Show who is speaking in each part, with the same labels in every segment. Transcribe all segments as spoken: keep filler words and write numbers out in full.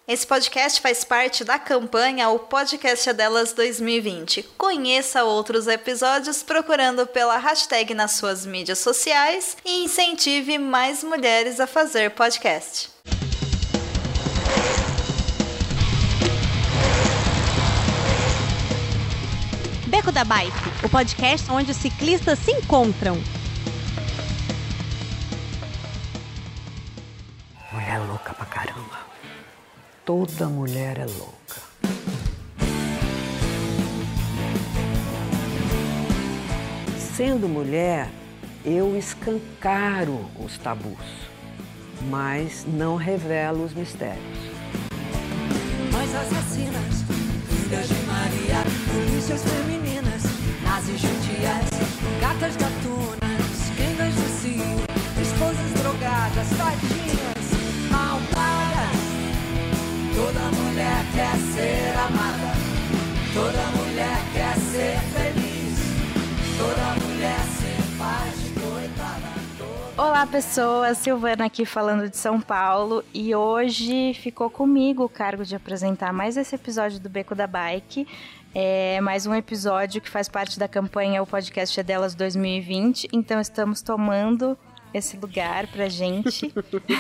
Speaker 1: Esse podcast faz parte da campanha O Podcast é Delas dois mil e vinte. Conheça outros episódios procurando pela hashtag nas suas mídias sociais e incentive mais mulheres a fazer podcast.
Speaker 2: Beco da Bike, o podcast onde os ciclistas se encontram.
Speaker 3: Mulher louca pra caramba. Toda mulher é louca. Sendo mulher, eu escancaro os tabus, mas não revelo os mistérios.
Speaker 4: Mães assassinas, filhas de Maria, polícias femininas, nazis judias, gatas gatunas, quengas do cio, esposas drogadas, tadinhas, malvadas. Toda mulher quer ser amada, toda mulher quer ser feliz, toda mulher se faz de coitada.
Speaker 1: Olá pessoas, Silvana aqui falando de São Paulo e hoje ficou comigo o cargo de apresentar mais esse episódio do Beco da Bike. É mais um episódio que faz parte da campanha O Podcast é Delas dois mil e vinte, então estamos tomando esse lugar pra gente.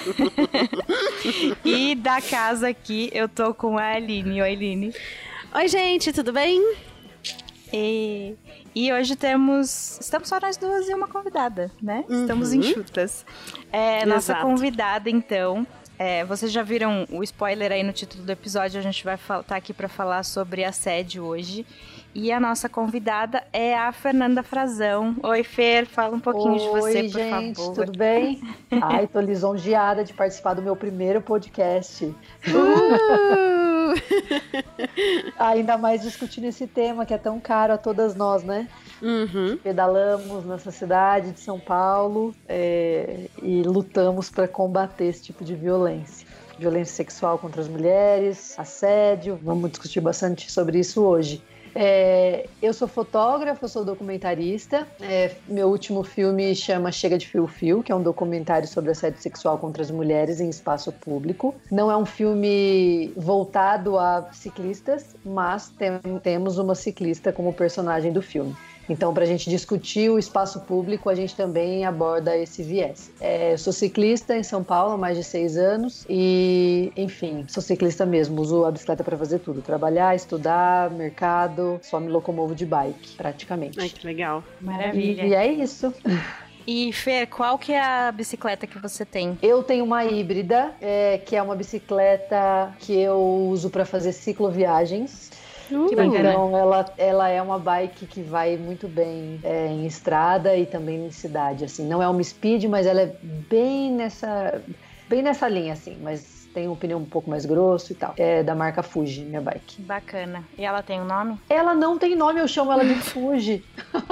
Speaker 1: E da casa aqui eu tô com a Aline. Oi, Aline.
Speaker 2: Oi, gente, tudo bem?
Speaker 1: E, e hoje temos... Estamos só nós duas e uma convidada, né? Uhum. Estamos enxutas. É, nossa convidada, então... É, vocês já viram o spoiler aí no título do episódio, a gente vai estar tá aqui para falar sobre assédio hoje. E a nossa convidada é a Fernanda Frazão. Oi, Fer, fala um pouquinho
Speaker 5: Oi,
Speaker 1: de você, por
Speaker 5: gente,
Speaker 1: favor.
Speaker 5: Tudo bem? Ai, tô lisonjeada de participar do meu primeiro podcast.
Speaker 2: Uh!
Speaker 5: Ainda mais discutindo esse tema que é tão caro a todas nós, né?
Speaker 2: Uhum.
Speaker 5: Pedalamos nessa cidade de São Paulo é, e lutamos para combater esse tipo de violência. Violência sexual contra as mulheres, assédio, vamos discutir bastante sobre isso hoje. É, eu sou fotógrafa, eu sou documentarista. É, meu último filme chama Chega de Fio Fio, que é um documentário sobre assédio sexual contra as mulheres em espaço público. Não é um filme voltado a ciclistas, mas tem, temos uma ciclista como personagem do filme. Então, para a gente discutir o espaço público, a gente também aborda esse viés. É, eu sou ciclista em São Paulo há mais de seis anos e, enfim, sou ciclista mesmo. Uso a bicicleta para fazer tudo. Trabalhar, estudar, mercado, só me locomovo de bike, praticamente.
Speaker 2: Ai, que legal.
Speaker 1: Maravilha.
Speaker 5: E, e é isso.
Speaker 1: E, Fer, qual que é a bicicleta que você tem?
Speaker 5: Eu tenho uma híbrida, é, que é uma bicicleta que eu uso para fazer cicloviagens.
Speaker 1: Uh,
Speaker 5: então ela, ela é uma bike que vai muito bem é, em estrada e também em cidade, assim. Não é uma speed, mas ela é bem nessa, bem nessa linha, assim. Mas tem um pneu um pouco mais grosso e tal. É da marca Fuji, minha bike.
Speaker 1: Bacana. E ela tem um nome?
Speaker 5: Ela não tem nome, eu chamo ela de Fuji.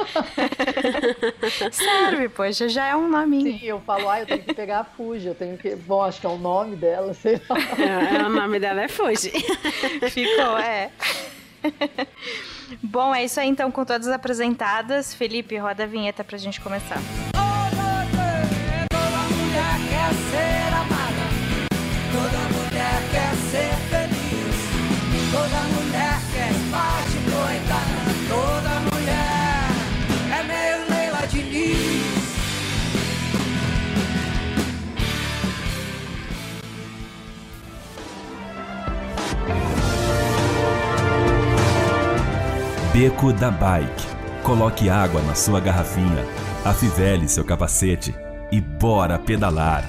Speaker 1: Serve, poxa, já é um nominho.
Speaker 5: Sim, eu falo, ah, eu tenho que pegar a Fuji, eu tenho que... Bom, acho que é o nome dela, sei lá.
Speaker 2: É, o nome dela é Fuji.
Speaker 1: Ficou, é. Bom, é isso aí então, com todas apresentadas. Felipe, roda a vinheta pra gente começar.
Speaker 4: Toda mulher quer ser amada, toda mulher quer ser feliz, toda mulher quer paz de coitada, toda mulher é meio Leila Diniz.
Speaker 6: Beco da Bike. Coloque água na sua garrafinha, afivele seu capacete e bora pedalar.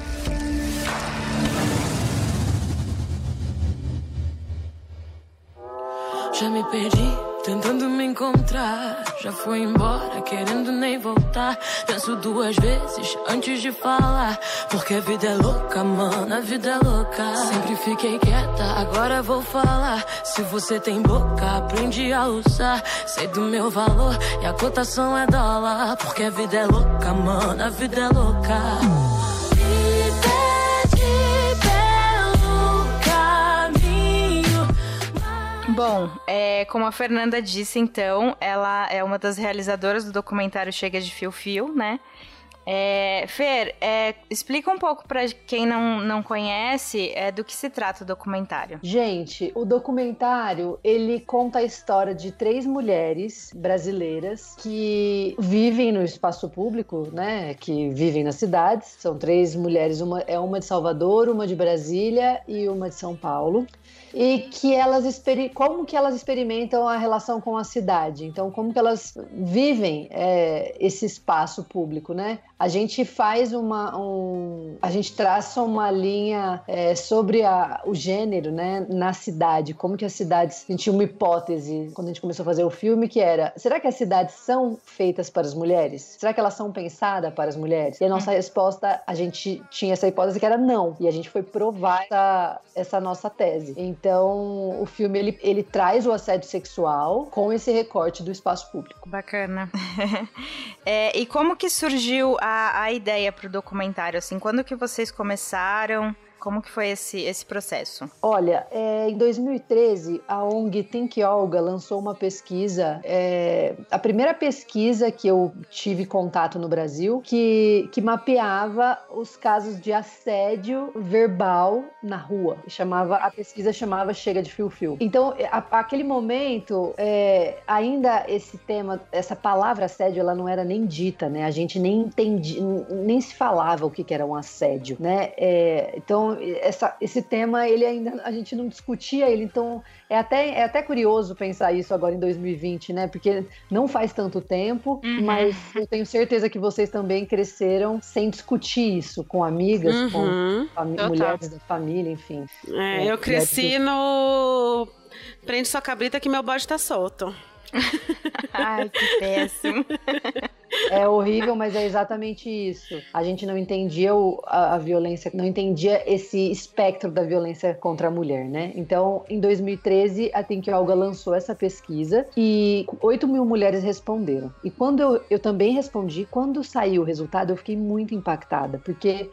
Speaker 4: Já me perdi, tentando me encontrar. Já fui embora, querendo nem voltar. Penso duas vezes antes de falar, porque a vida é louca, mano, a vida é louca. Sempre fiquei quieta, agora vou falar. Se você tem boca, aprende a usar. Sei do meu valor e a cotação é dólar, porque a vida é louca, mano, a vida é louca.
Speaker 1: Bom, é, como a Fernanda disse, então, ela é uma das realizadoras do documentário Chega de Fio Fio, né? É, Fer, é, explica um pouco pra quem não, não conhece é, do que se trata o documentário.
Speaker 5: Gente, o documentário, ele conta a história de três mulheres brasileiras que vivem no espaço público, né? Que vivem nas cidades. São três mulheres, uma, é uma de Salvador, uma de Brasília e uma de São Paulo. E que elas como que elas experimentam a relação com a cidade. Então, como que elas vivem é, esse espaço público, né? A gente faz uma... Um, a gente traça uma linha é, sobre a, o gênero, né? Na cidade. Como que as cidades... A gente tinha uma hipótese, quando a gente começou a fazer o filme, que era, será que as cidades são feitas para as mulheres? Será que elas são pensadas para as mulheres? E a nossa hum. resposta, a gente tinha essa hipótese que era não. E a gente foi provar essa, essa nossa tese. Então, o filme, ele, ele traz o assédio sexual com esse recorte do espaço público.
Speaker 1: Bacana. é, e como que surgiu a, a ideia pro documentário? Assim, quando que vocês começaram? Como que foi esse, esse processo?
Speaker 5: Olha, é, em dois mil e treze, a O N G Think Olga lançou uma pesquisa, é, a primeira pesquisa que eu tive contato no Brasil, que, que mapeava os casos de assédio verbal na rua. Chamava, a pesquisa chamava Chega de Fio-Fio. Então, a, aquele momento, é, ainda esse tema, essa palavra assédio, ela não era nem dita, né? A gente nem entendia, nem se falava o que, que era um assédio, né? É, então, Essa, esse tema, ele ainda, a gente não discutia ele, então é até, é até curioso pensar isso agora em dois mil e vinte, né? Porque não faz tanto tempo, uhum. mas eu tenho certeza que vocês também cresceram sem discutir isso com amigas, uhum. com fami- mulheres da família, enfim.
Speaker 7: É, é, eu cresci do... no... Prende sua cabrita que meu bode tá solto.
Speaker 1: Ai, que péssimo.
Speaker 5: É horrível, mas é exatamente isso. A gente não entendia o, a, a violência, não entendia esse espectro da violência contra a mulher, né? Então, em dois mil e treze, a Think Olga lançou essa pesquisa e oito mil mulheres responderam. E quando eu, eu também respondi, quando saiu o resultado, eu fiquei muito impactada, porque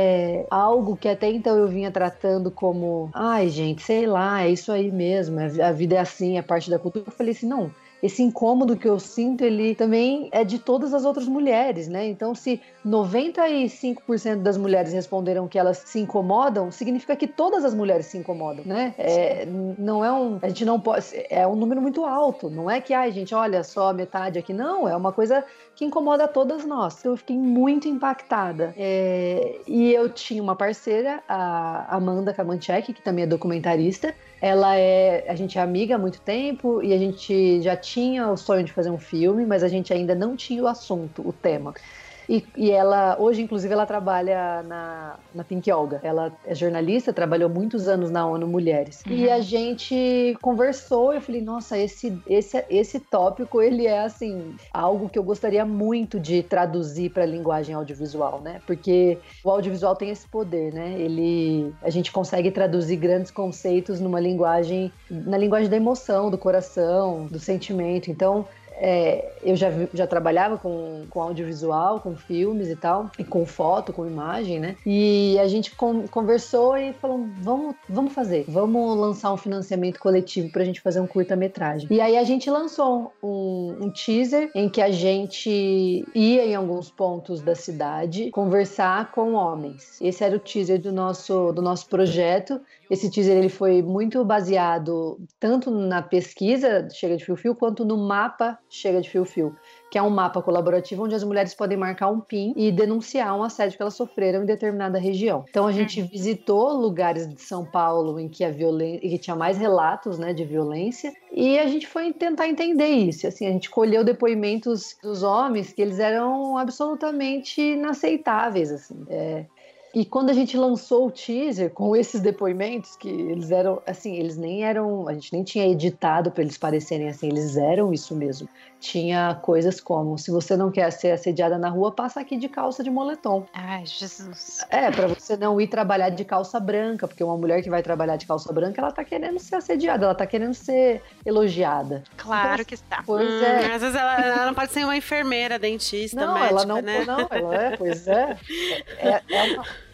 Speaker 5: é algo que até então eu vinha tratando como, ai, gente, sei lá, é isso aí mesmo, a vida é assim, é parte da cultura. Eu falei assim, não, esse incômodo que eu sinto, ele também é de todas as outras mulheres, né? Então, se noventa e cinco por cento das mulheres responderam que elas se incomodam, significa que todas as mulheres se incomodam, né? É, não é um... A gente não pode... É um número muito alto. Não é que, ai, gente, olha, só metade aqui. Não, é uma coisa que incomoda todas nós. Então, eu fiquei muito impactada. É, e eu tinha uma parceira, a Amanda Kamanchek, que também é documentarista. Ela é... A gente é amiga há muito tempo e a gente já tinha o sonho de fazer um filme, mas a gente ainda não tinha o assunto, o tema. E, e ela, hoje, inclusive, ela trabalha na, na Think Olga. Ela é jornalista, trabalhou muitos anos na ONU Mulheres. Uhum. E a gente conversou, eu falei, nossa, esse, esse, esse tópico, ele é, assim, algo que eu gostaria muito de traduzir para a linguagem audiovisual, né? Porque o audiovisual tem esse poder, né? Ele, a gente consegue traduzir grandes conceitos numa linguagem, na linguagem da emoção, do coração, do sentimento. Então, É, eu já, já trabalhava com, com audiovisual, com filmes e tal, e com foto, com imagem, né? E a gente com, conversou e falou, vamos, vamos fazer, vamos lançar um financiamento coletivo pra gente fazer um curta-metragem. E aí a gente lançou um, um teaser em que a gente ia em alguns pontos da cidade conversar com homens. Esse era o teaser do nosso, do nosso projeto. Esse teaser, ele foi muito baseado tanto na pesquisa Chega de Fio-Fio quanto no mapa Chega de Fio-Fio, que é um mapa colaborativo onde as mulheres podem marcar um pin e denunciar um assédio que elas sofreram em determinada região. Então a gente visitou lugares de São Paulo em que, a violen... que tinha mais relatos, né, de violência, e a gente foi tentar entender isso. Assim, a gente colheu depoimentos dos homens que eles eram absolutamente inaceitáveis, assim. É... E quando a gente lançou o teaser com esses depoimentos, que eles eram, assim, eles nem eram, a gente nem tinha editado para eles parecerem assim, eles eram isso mesmo. Tinha coisas como, se você não quer ser assediada na rua, passa aqui de calça de moletom.
Speaker 1: Ai, Jesus.
Speaker 5: É, para você não ir trabalhar de calça branca, porque uma mulher que vai trabalhar de calça branca, ela tá querendo ser assediada, ela tá querendo ser elogiada.
Speaker 1: Claro
Speaker 5: então,
Speaker 1: que está.
Speaker 5: Pois
Speaker 7: hum,
Speaker 5: é.
Speaker 7: Às vezes ela, ela não pode ser uma enfermeira, dentista,
Speaker 5: não,
Speaker 7: médica,
Speaker 5: ela não,
Speaker 7: né?
Speaker 5: Não, ela é, pois é. É, é uma...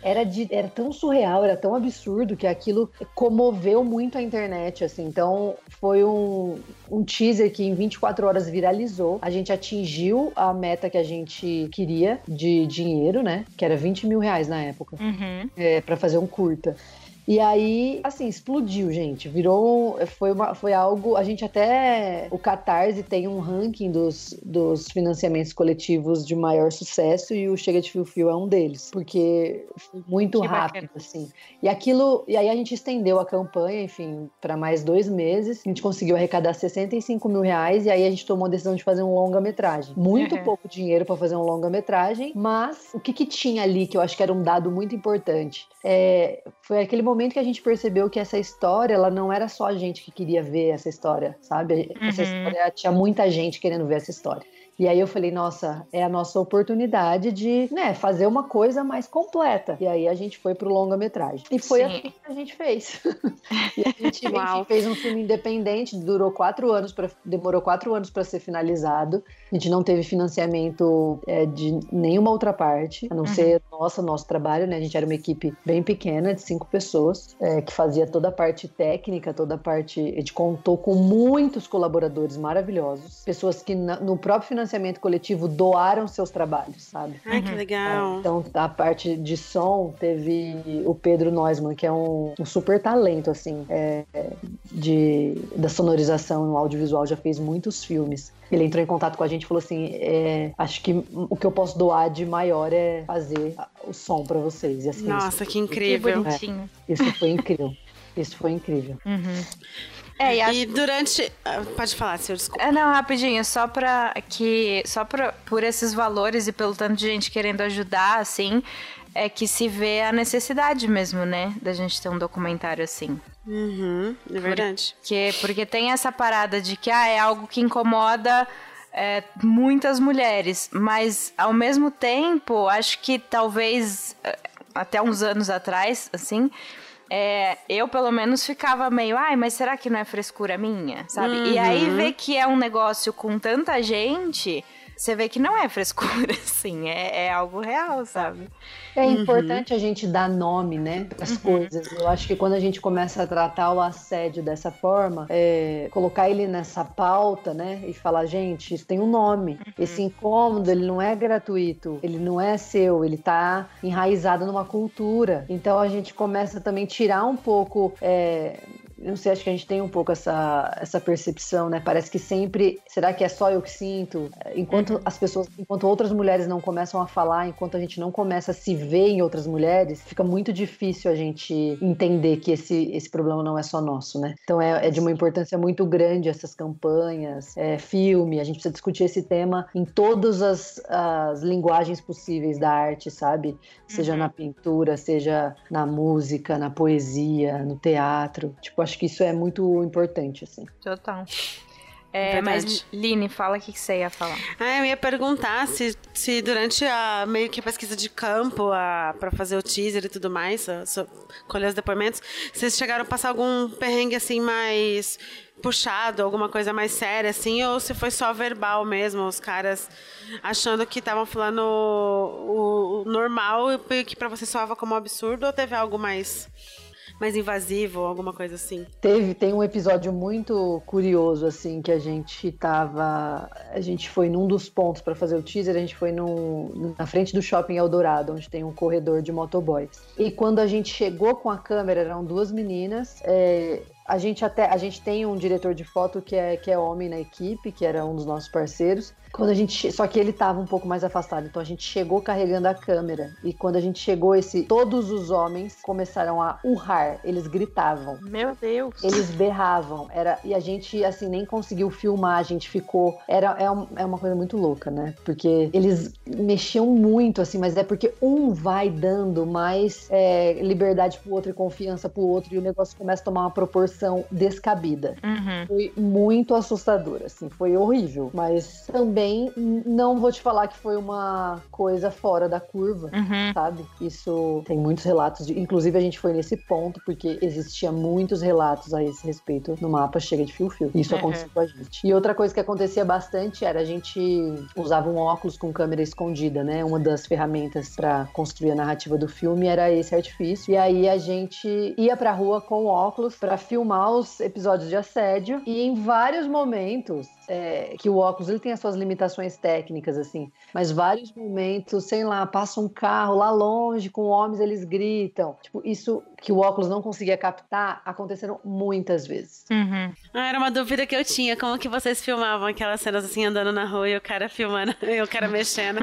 Speaker 5: era, de, era tão surreal, era tão absurdo que aquilo comoveu muito a internet, assim. Então, foi um, um teaser que em vinte e quatro horas viralizou. A gente atingiu a meta que a gente queria de dinheiro, né? Que era vinte mil reais na época,
Speaker 1: Uhum.
Speaker 5: é, pra fazer um curta. E aí, assim, explodiu, gente. Virou, foi, uma, foi algo... A gente até... O Catarse tem um ranking dos, dos financiamentos coletivos de maior sucesso e o Chega de Fio Fio é um deles. Porque foi muito
Speaker 1: Que
Speaker 5: rápido,
Speaker 1: bacana.
Speaker 5: assim. E aquilo... E aí a gente estendeu a campanha, enfim, para mais dois meses. A gente conseguiu arrecadar sessenta e cinco mil reais e aí a gente tomou a decisão de fazer um longa-metragem. Muito
Speaker 1: Uhum.
Speaker 5: pouco dinheiro para fazer um longa-metragem, mas o que que tinha ali que eu acho que era um dado muito importante? É, foi aquele momento que a gente percebeu que essa história, ela não era só a gente que queria ver essa história, sabe? Essa
Speaker 1: Uhum.
Speaker 5: história, tinha muita gente querendo ver essa história. E aí eu falei, nossa, é a nossa oportunidade de, né, fazer uma coisa mais completa. E aí a gente foi pro longa-metragem. E foi
Speaker 1: Sim.
Speaker 5: assim que a gente fez. E a gente, enfim,
Speaker 7: Uau.
Speaker 5: fez um filme independente, durou quatro anos, pra, demorou quatro anos para ser finalizado. A gente não teve financiamento é, de nenhuma outra parte, a não
Speaker 1: Uhum.
Speaker 5: ser nossa, nosso trabalho, né? A gente era uma equipe bem pequena, de cinco pessoas, é, que fazia toda a parte técnica, toda a parte... A gente contou com muitos colaboradores maravilhosos, pessoas que na, no próprio financiamento coletivo doaram seus trabalhos, sabe?
Speaker 7: Ai, que legal.
Speaker 5: Então, a parte de som teve o Pedro Neusman, que é um, um super talento, assim, é, de, da sonorização no audiovisual, já fez muitos filmes. Ele entrou em contato com a gente e falou assim, é, acho que o que eu posso doar de maior é fazer o som pra vocês. E, assim,
Speaker 7: Nossa,
Speaker 5: isso,
Speaker 7: que incrível.
Speaker 1: Que bonitinho.
Speaker 5: isso foi incrível. Isso foi incrível.
Speaker 1: Uhum. É, e acho
Speaker 7: E durante... ah, Pode falar, senhor, desculpa.
Speaker 1: É, não, rapidinho, só pra que, só pra, por esses valores e pelo tanto de gente querendo ajudar, assim, é que se vê a necessidade mesmo, né, da gente ter um documentário assim.
Speaker 7: Uhum, é verdade.
Speaker 1: Porque, porque tem essa parada de que, ah, é algo que incomoda é, muitas mulheres, mas, ao mesmo tempo, acho que talvez, até uns anos atrás, assim... É, eu, pelo menos, ficava meio, ai, mas será que não é frescura minha, sabe?
Speaker 7: Uhum.
Speaker 1: E aí, ver que é um negócio com tanta gente, você vê que não é frescura, assim, é, é algo real, sabe?
Speaker 5: É importante a gente dar nome, né, para as coisas. Eu acho que quando a gente começa a tratar o assédio dessa forma, é, colocar ele nessa pauta, né, e falar, gente, isso tem um nome. Esse incômodo, ele não é gratuito, ele não é seu, ele tá enraizado numa cultura. Então a gente começa também a tirar um pouco... É, não sei, acho que a gente tem um pouco essa, essa percepção, né? Parece que sempre, será que é só eu que sinto? Enquanto as pessoas, enquanto outras mulheres não começam a falar, enquanto a gente não começa a se ver em outras mulheres, fica muito difícil a gente entender que esse, esse problema não é só nosso, né? Então é, é de uma importância muito grande essas campanhas, é, filme, a gente precisa discutir esse tema em todas as, as linguagens possíveis da arte, sabe? Seja
Speaker 1: Uhum.
Speaker 5: na pintura, seja na música, na poesia, no teatro. Tipo, acho que isso é muito importante, assim.
Speaker 1: Total. É,
Speaker 7: Verdade.
Speaker 1: mas, Line, fala o que que você ia falar.
Speaker 7: Ah, eu ia perguntar se, se durante a meio que a pesquisa de campo, a, pra fazer o teaser e tudo mais, a, so, colher os depoimentos, vocês chegaram a passar algum perrengue assim mais puxado, alguma coisa mais séria, assim, ou se foi só verbal mesmo, os caras achando que estavam falando o, o normal e que pra você soava como um absurdo, ou teve algo mais, mais invasivo, alguma coisa assim?
Speaker 5: Teve, tem um episódio muito curioso, assim, que a gente tava... A gente foi num dos pontos para fazer o teaser, a gente foi num, na frente do Shopping Eldorado, onde tem um corredor de motoboys. E quando a gente chegou com a câmera, eram duas meninas... É, A gente, até, a gente tem um diretor de foto que é, que é homem na equipe, que era um dos nossos parceiros. Quando a gente, só que ele estava um pouco mais afastado, então a gente chegou carregando a câmera. E quando a gente chegou, esse, todos os homens começaram a urrar, eles gritavam.
Speaker 1: Meu Deus.
Speaker 5: Eles berravam, era, e a gente, assim, nem conseguiu filmar, a gente ficou... Era, é, um, é uma coisa muito louca, né? Porque eles mexiam muito, assim, mas é porque um vai dando mais é, liberdade pro outro e confiança pro outro, e o negócio começa a tomar uma proporção tensão descabida.
Speaker 1: Uhum.
Speaker 5: Foi muito assustador, assim, foi horrível. Mas também não vou te falar que foi uma coisa fora da curva,
Speaker 1: uhum.
Speaker 5: sabe? Isso tem muitos relatos, de, inclusive a gente foi nesse ponto, porque existia muitos relatos a esse respeito no mapa Chega de Fio-Fio. Isso
Speaker 1: uhum.
Speaker 5: aconteceu com a gente. E outra coisa que acontecia bastante era a gente usava um óculos com câmera escondida, né? Uma das ferramentas para construir a narrativa do filme era esse artifício. E aí a gente ia pra rua com óculos para filmar os episódios de assédio. E em vários momentos, é, que o óculos ele tem as suas limitações técnicas, assim, mas vários momentos, sei lá, passa um carro lá longe com homens, eles gritam. Tipo, isso que o óculos não conseguia captar, aconteceram muitas vezes.
Speaker 1: Uhum.
Speaker 7: Ah, era uma dúvida que eu tinha, como que vocês filmavam aquelas cenas assim, andando na rua e o cara filmando, e o cara mexendo.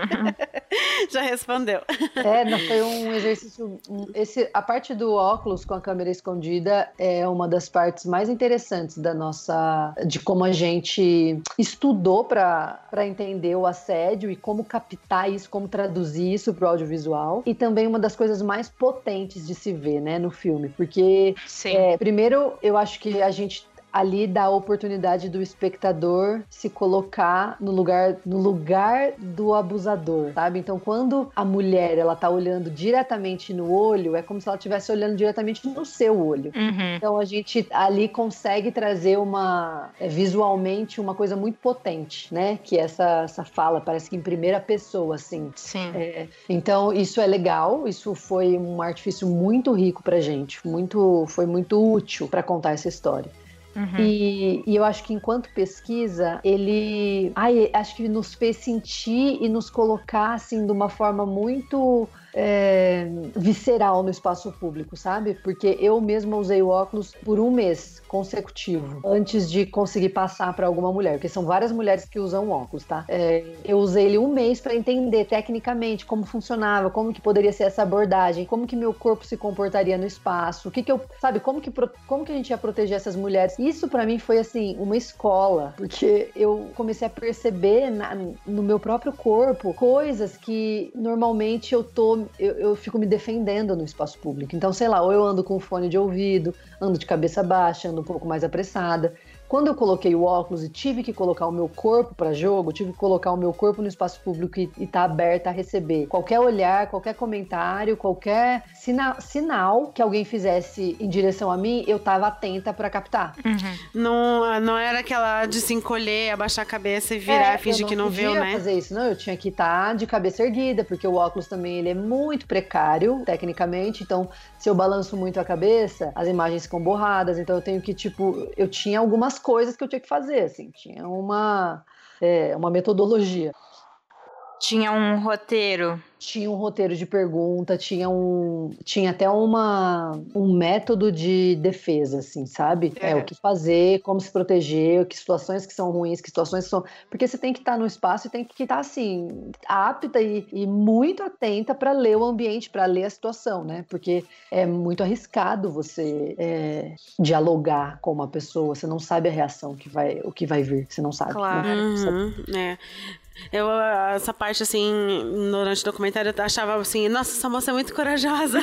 Speaker 7: Já respondeu.
Speaker 5: É, não, foi um exercício, esse, a parte do óculos com a câmera escondida é uma das partes mais interessantes da nossa, de como a gente estudou para entender o assédio e como captar isso, como traduzir isso pro audiovisual, e também uma das coisas mais potentes de se ver, né, no filme, porque é, primeiro eu acho que a gente ali dá a oportunidade do espectador se colocar no lugar, no lugar do abusador, sabe? Então, quando a mulher, ela tá olhando diretamente no olho, é como se ela estivesse olhando diretamente no seu olho.
Speaker 1: Uhum.
Speaker 5: Então, a gente ali consegue trazer uma, é, visualmente, uma coisa muito potente, né? Que é essa, essa fala, parece que em primeira pessoa, assim.
Speaker 1: Sim.
Speaker 5: É, então, isso é legal, isso foi um artifício muito rico pra gente, muito, foi muito útil pra contar essa história. Uhum. E, e eu acho que enquanto pesquisa, ele ai, acho que nos fez sentir e nos colocar assim, de uma forma muito é, visceral no espaço público, sabe? Porque eu mesma usei o óculos por um mês consecutivo antes de conseguir passar para alguma mulher, porque são várias mulheres que usam óculos, tá? É, eu usei ele um mês para entender tecnicamente como funcionava, como que poderia ser essa abordagem, como que meu corpo se comportaria no espaço, o que que eu, sabe, como que, como que a gente ia proteger essas mulheres. Isso para mim foi assim, uma escola, porque eu comecei a perceber na, no meu próprio corpo coisas que normalmente eu tô, eu, eu fico me defendendo no espaço público. Então, sei lá, ou eu ando com fone de ouvido, ando de cabeça baixa, ando um pouco mais apressada. Quando eu coloquei o óculos e tive que colocar o meu corpo para jogo, tive que colocar o meu corpo no espaço público e estar tá aberta a receber qualquer olhar, qualquer comentário, qualquer sina- sinal que alguém fizesse em direção a mim, eu tava atenta para captar.
Speaker 1: Uhum.
Speaker 7: Não, não era aquela de se encolher, abaixar a cabeça e virar, é, fingir que não viu, né?
Speaker 5: Eu não podia fazer isso, não. Eu tinha que estar de cabeça erguida, porque o óculos também ele é muito precário, tecnicamente. Então, se eu balanço muito a cabeça, as imagens ficam borradas. Então, eu tenho que, tipo, eu tinha algumas coisas que eu tinha que fazer, assim, tinha uma, é, uma metodologia.
Speaker 1: Tinha um roteiro.
Speaker 5: Tinha um roteiro de pergunta, tinha um, tinha até uma, um método de defesa, assim, sabe? É. é, o que fazer, como se proteger, que situações que são ruins, que situações que são... Porque você tem que estar no espaço e tem que estar, assim, apta e, e muito atenta para ler o ambiente, para ler a situação, né? Porque é muito arriscado você é, dialogar com uma pessoa, você não sabe a reação que vai, o que vai vir, você não sabe.
Speaker 1: Claro.
Speaker 5: Né?
Speaker 7: Uhum, é. Eu, essa parte, assim, durante o documentário, eu achava assim, nossa, essa moça é muito corajosa.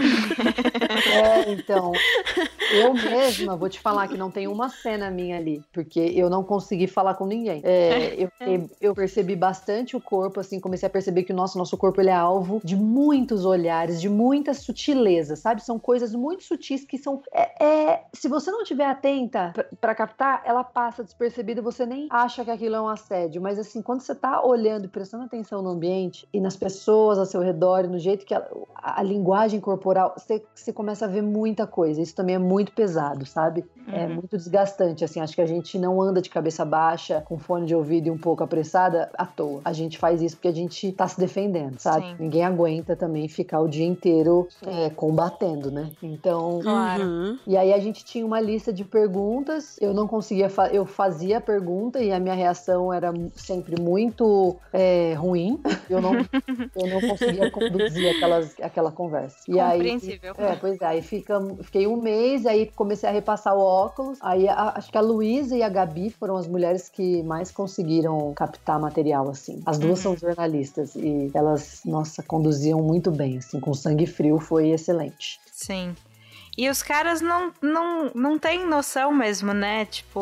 Speaker 5: É, então, eu mesma vou te falar que não tem uma cena minha ali, porque eu não consegui falar com ninguém. É, eu, eu percebi bastante o corpo, assim, comecei a perceber que o nosso, nosso corpo, ele é alvo de muitos olhares, de muitas sutilezas, sabe? São coisas muito sutis que são... É, é, se você não estiver atenta pra, pra captar, ela passa despercebida e você nem acha que aquilo é um assédio, mas assim, quando você tá olhando olhando e prestando atenção no ambiente e nas pessoas ao seu redor e no jeito que a, a, a linguagem corporal, você, você começa a ver muita coisa. Isso também é muito pesado, sabe? Uhum. É muito desgastante, assim. Acho que a gente não anda de cabeça baixa, com fone de ouvido e um pouco apressada à toa. A gente faz isso porque a gente tá se defendendo, sabe? Sim. Ninguém aguenta também ficar o dia inteiro é, combatendo, né? Então...
Speaker 1: Claro.
Speaker 7: Uhum.
Speaker 5: E aí a gente tinha uma lista de perguntas, eu não conseguia... Fa- eu fazia a pergunta e a minha reação era sempre muito... É, ruim, eu não, eu não conseguia conduzir aquelas, aquela conversa. E
Speaker 1: compreensível.
Speaker 5: Aí, é, pois é, aí fica, fiquei um mês, aí comecei a repassar o óculos, aí a, acho que a Luísa e a Gabi foram as mulheres que mais conseguiram captar material, assim. As duas uhum. são jornalistas e elas, nossa, conduziam muito bem, assim, com sangue frio, foi excelente.
Speaker 1: Sim. E os caras não, não, não têm noção mesmo, né? Tipo,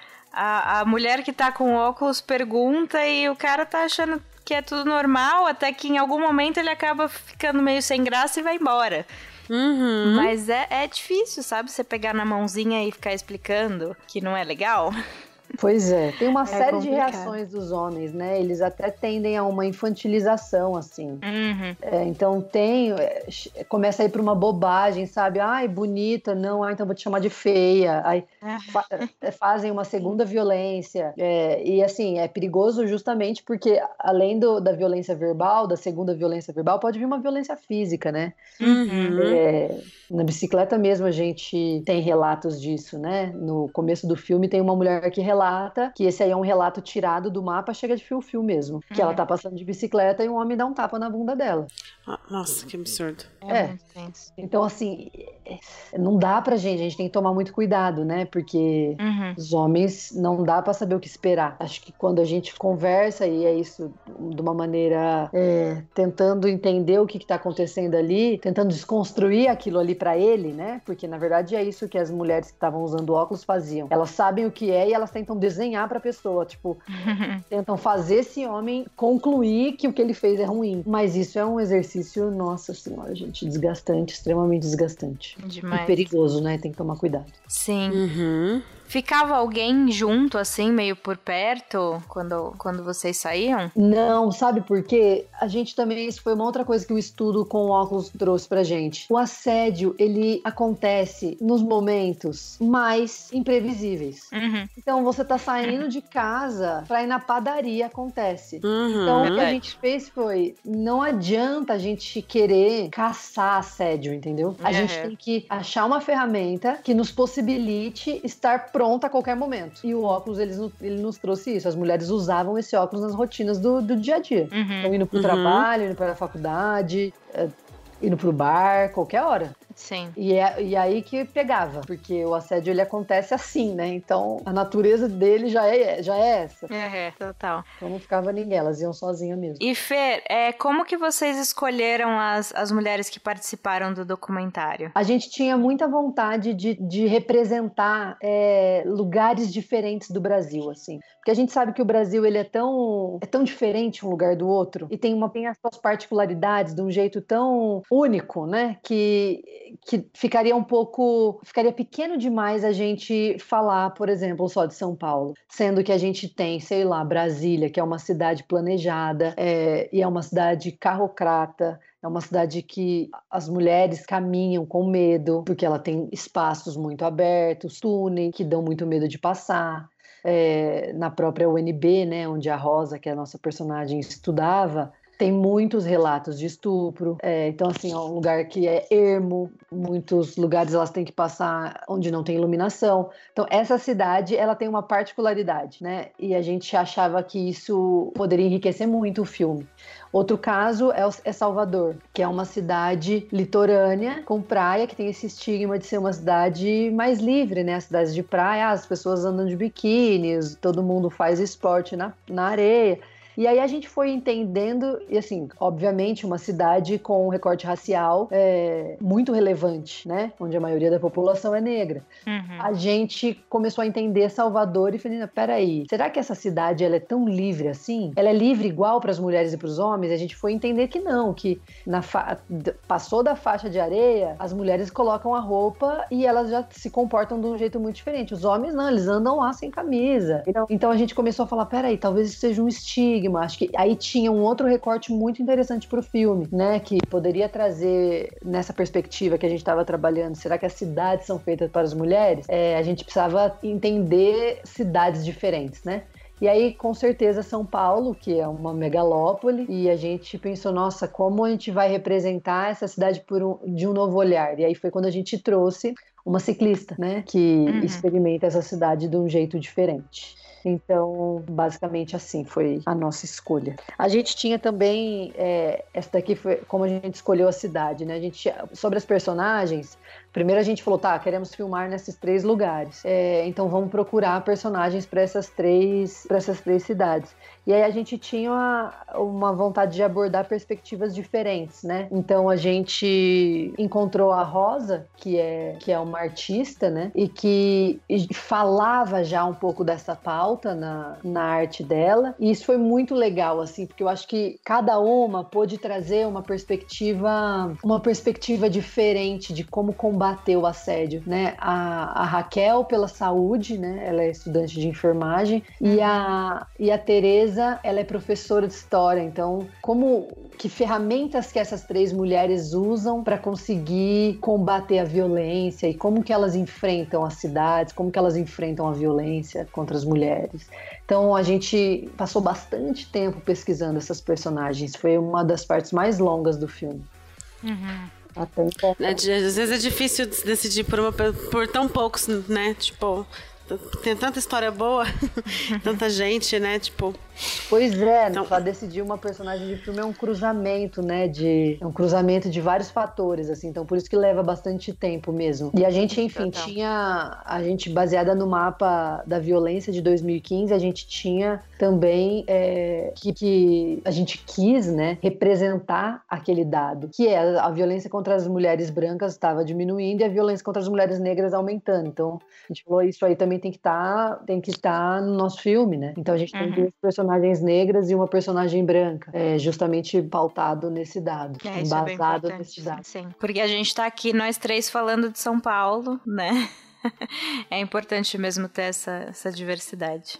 Speaker 1: a, a mulher que tá com óculos pergunta e o cara tá achando que é tudo normal, até que em algum momento ele acaba ficando meio sem graça e vai embora.
Speaker 7: Uhum.
Speaker 1: Mas é, é difícil, sabe? Você pegar na mãozinha e ficar explicando que não é legal.
Speaker 5: Pois é, tem uma
Speaker 1: É
Speaker 5: série
Speaker 1: complicado.
Speaker 5: de reações dos homens, né? Eles até tendem a uma infantilização, assim.
Speaker 1: Uhum.
Speaker 5: É, então tem, é, começa a ir pra uma bobagem, sabe? Ai, bonita, não, ah, então vou te chamar de feia. Aí fa- é, fazem uma segunda violência. É, e assim, é perigoso justamente porque, além do, da violência verbal, da segunda violência verbal, pode vir uma violência física, né?
Speaker 7: Uhum.
Speaker 5: É, na bicicleta mesmo a gente tem relatos disso, né? No começo do filme tem uma mulher que relata que esse aí é um relato tirado do mapa, chega de fio-fio mesmo. Que ela tá passando de bicicleta e um homem dá um tapa na bunda dela.
Speaker 7: Ah, nossa, que absurdo.
Speaker 1: É,
Speaker 5: É.
Speaker 1: muito tenso.
Speaker 5: Então, assim, não dá pra gente, a gente tem que tomar muito cuidado, né? Porque
Speaker 1: Uhum.
Speaker 5: os homens não dá pra saber o que esperar. Acho que quando a gente conversa, e é isso de uma maneira é, tentando entender o que, que tá acontecendo ali, tentando desconstruir aquilo ali pra ele, né? Porque na verdade é isso que as mulheres que estavam usando óculos faziam. Elas sabem o que é e elas tentam desenhar pra pessoa, tipo, tentam fazer esse homem concluir que o que ele fez é ruim. Mas isso é um exercício, nossa senhora, gente, desgastante, extremamente desgastante.
Speaker 1: Demais.
Speaker 5: E perigoso, né? Tem que tomar cuidado.
Speaker 1: Sim.
Speaker 7: Uhum.
Speaker 1: Ficava alguém junto, assim, meio por perto, quando, quando vocês saíam?
Speaker 5: Não, sabe por quê? A gente também, isso foi uma outra coisa que o estudo com óculos trouxe pra gente. O assédio, ele acontece nos momentos mais imprevisíveis.
Speaker 1: Uhum.
Speaker 5: Então, você tá saindo de casa pra ir na padaria, acontece.
Speaker 7: Uhum.
Speaker 5: Então, o que a
Speaker 1: Verdade.
Speaker 5: gente fez foi, não adianta a gente querer caçar assédio, entendeu? A
Speaker 1: Uhum.
Speaker 5: gente tem que achar uma ferramenta que nos possibilite estar pronta a qualquer momento. E o óculos, ele, ele nos trouxe isso. As mulheres usavam esse óculos nas rotinas do, do dia a dia.
Speaker 1: Uhum.
Speaker 5: Então, indo pro
Speaker 7: Uhum.
Speaker 5: trabalho, indo pra faculdade, é, indo pro bar, qualquer hora.
Speaker 1: Sim.
Speaker 5: E, é, e aí que pegava, porque o assédio ele acontece assim, né? Então a natureza dele já é, já é essa.
Speaker 1: É, total.
Speaker 5: Então não ficava ninguém, elas iam sozinhas mesmo.
Speaker 1: E Fer, é, como que vocês escolheram as, as mulheres que participaram do documentário?
Speaker 5: A gente tinha muita vontade de, de representar é, lugares diferentes do Brasil, assim. Porque a gente sabe que o Brasil ele é tão, é tão diferente um lugar do outro e tem, uma, tem as suas particularidades de um jeito tão único, né? Que, que ficaria um pouco... Ficaria pequeno demais a gente falar, por exemplo, só de São Paulo. Sendo que a gente tem, sei lá, Brasília, que é uma cidade planejada é, e é uma cidade carrocrata. É uma cidade que as mulheres caminham com medo, porque ela tem espaços muito abertos, túneis que dão muito medo de passar. É, na própria U N B, né, onde a Rosa, que é a nossa personagem, estudava, tem muitos relatos de estupro. É, então, assim, é um lugar que é ermo, muitos lugares elas têm que passar onde não tem iluminação. Então, essa cidade, ela tem uma particularidade, né? E a gente achava que isso poderia enriquecer muito o filme. Outro caso é Salvador, que é uma cidade litorânea, com praia, que tem esse estigma de ser uma cidade mais livre, né? As cidades de praia, as pessoas andam de biquíni, todo mundo faz esporte na, na areia. E aí a gente foi entendendo, e assim, obviamente uma cidade com um recorte racial é, muito relevante, né? Onde a maioria da população é negra.
Speaker 1: Uhum.
Speaker 5: A gente começou a entender Salvador e falei, peraí, será que essa cidade ela é tão livre assim? Ela é livre igual para as mulheres e para os homens? A gente foi entender que não, que na fa... passou da faixa de areia, as mulheres colocam a roupa e elas já se comportam de um jeito muito diferente. Os homens não, eles andam lá sem camisa. Então, então a gente começou a falar, peraí, talvez isso seja um estigma. Acho que aí tinha um outro recorte muito interessante pro filme, né? Que poderia trazer nessa perspectiva que a gente estava trabalhando. Será que as cidades são feitas para as mulheres? É, a gente precisava entender cidades diferentes, né? E aí, com certeza, São Paulo, que é uma megalópole, e a gente pensou, nossa, como a gente vai representar essa cidade por um, de um novo olhar? E aí foi quando a gente trouxe uma ciclista, né? Que uhum. experimenta essa cidade de um jeito diferente. Então, basicamente assim foi a nossa escolha. A gente tinha também, é, essa daqui foi como a gente escolheu a cidade, né? A gente, sobre as personagens, primeiro a gente falou, tá, queremos filmar nesses três lugares. É, então vamos procurar personagens para essas três, para essas três cidades. E aí a gente tinha uma, uma vontade de abordar perspectivas diferentes, né? Então a gente encontrou a Rosa, que é, que é uma artista, né? E que falava já um pouco dessa pauta na, na arte dela. E isso foi muito legal, assim, porque eu acho que cada uma pôde trazer uma perspectiva, uma perspectiva diferente de como combater o assédio, né? A, a Raquel pela saúde, né? Ela é estudante de enfermagem. E a, e a Tereza, ela é professora de história, então como que ferramentas que essas três mulheres usam para conseguir combater a violência e como que elas enfrentam as cidades, como que elas enfrentam a violência contra as mulheres. Então a gente passou bastante tempo pesquisando essas personagens, foi uma das partes mais longas do filme.
Speaker 1: Uhum.
Speaker 7: Até então. É, às vezes é difícil decidir por, uma, por tão poucos, né? Tipo, tem tanta história boa, tanta gente, né? Tipo.
Speaker 5: Pois é, então, pra decidir uma personagem de filme é um cruzamento, né? De, é um cruzamento de vários fatores, assim. Então, por isso que leva bastante tempo mesmo. E a gente, enfim, total. tinha... A gente, baseada no mapa da violência de dois mil e quinze, a gente tinha também é, que, que a gente quis, né? Representar aquele dado. Que é a, a violência contra as mulheres brancas estava diminuindo e a violência contra as mulheres negras aumentando. Então, a gente falou, isso aí também tem que estar tá, tem que estar tá no nosso filme, né? Então, a gente tem uhum. duas personagens personagens negras e uma personagem branca, é, justamente pautado nesse dado,
Speaker 1: é,
Speaker 5: embasado
Speaker 1: é
Speaker 5: nesse dado.
Speaker 1: Sim, porque a gente tá aqui, nós três, falando de São Paulo, né? É importante mesmo ter essa, essa diversidade.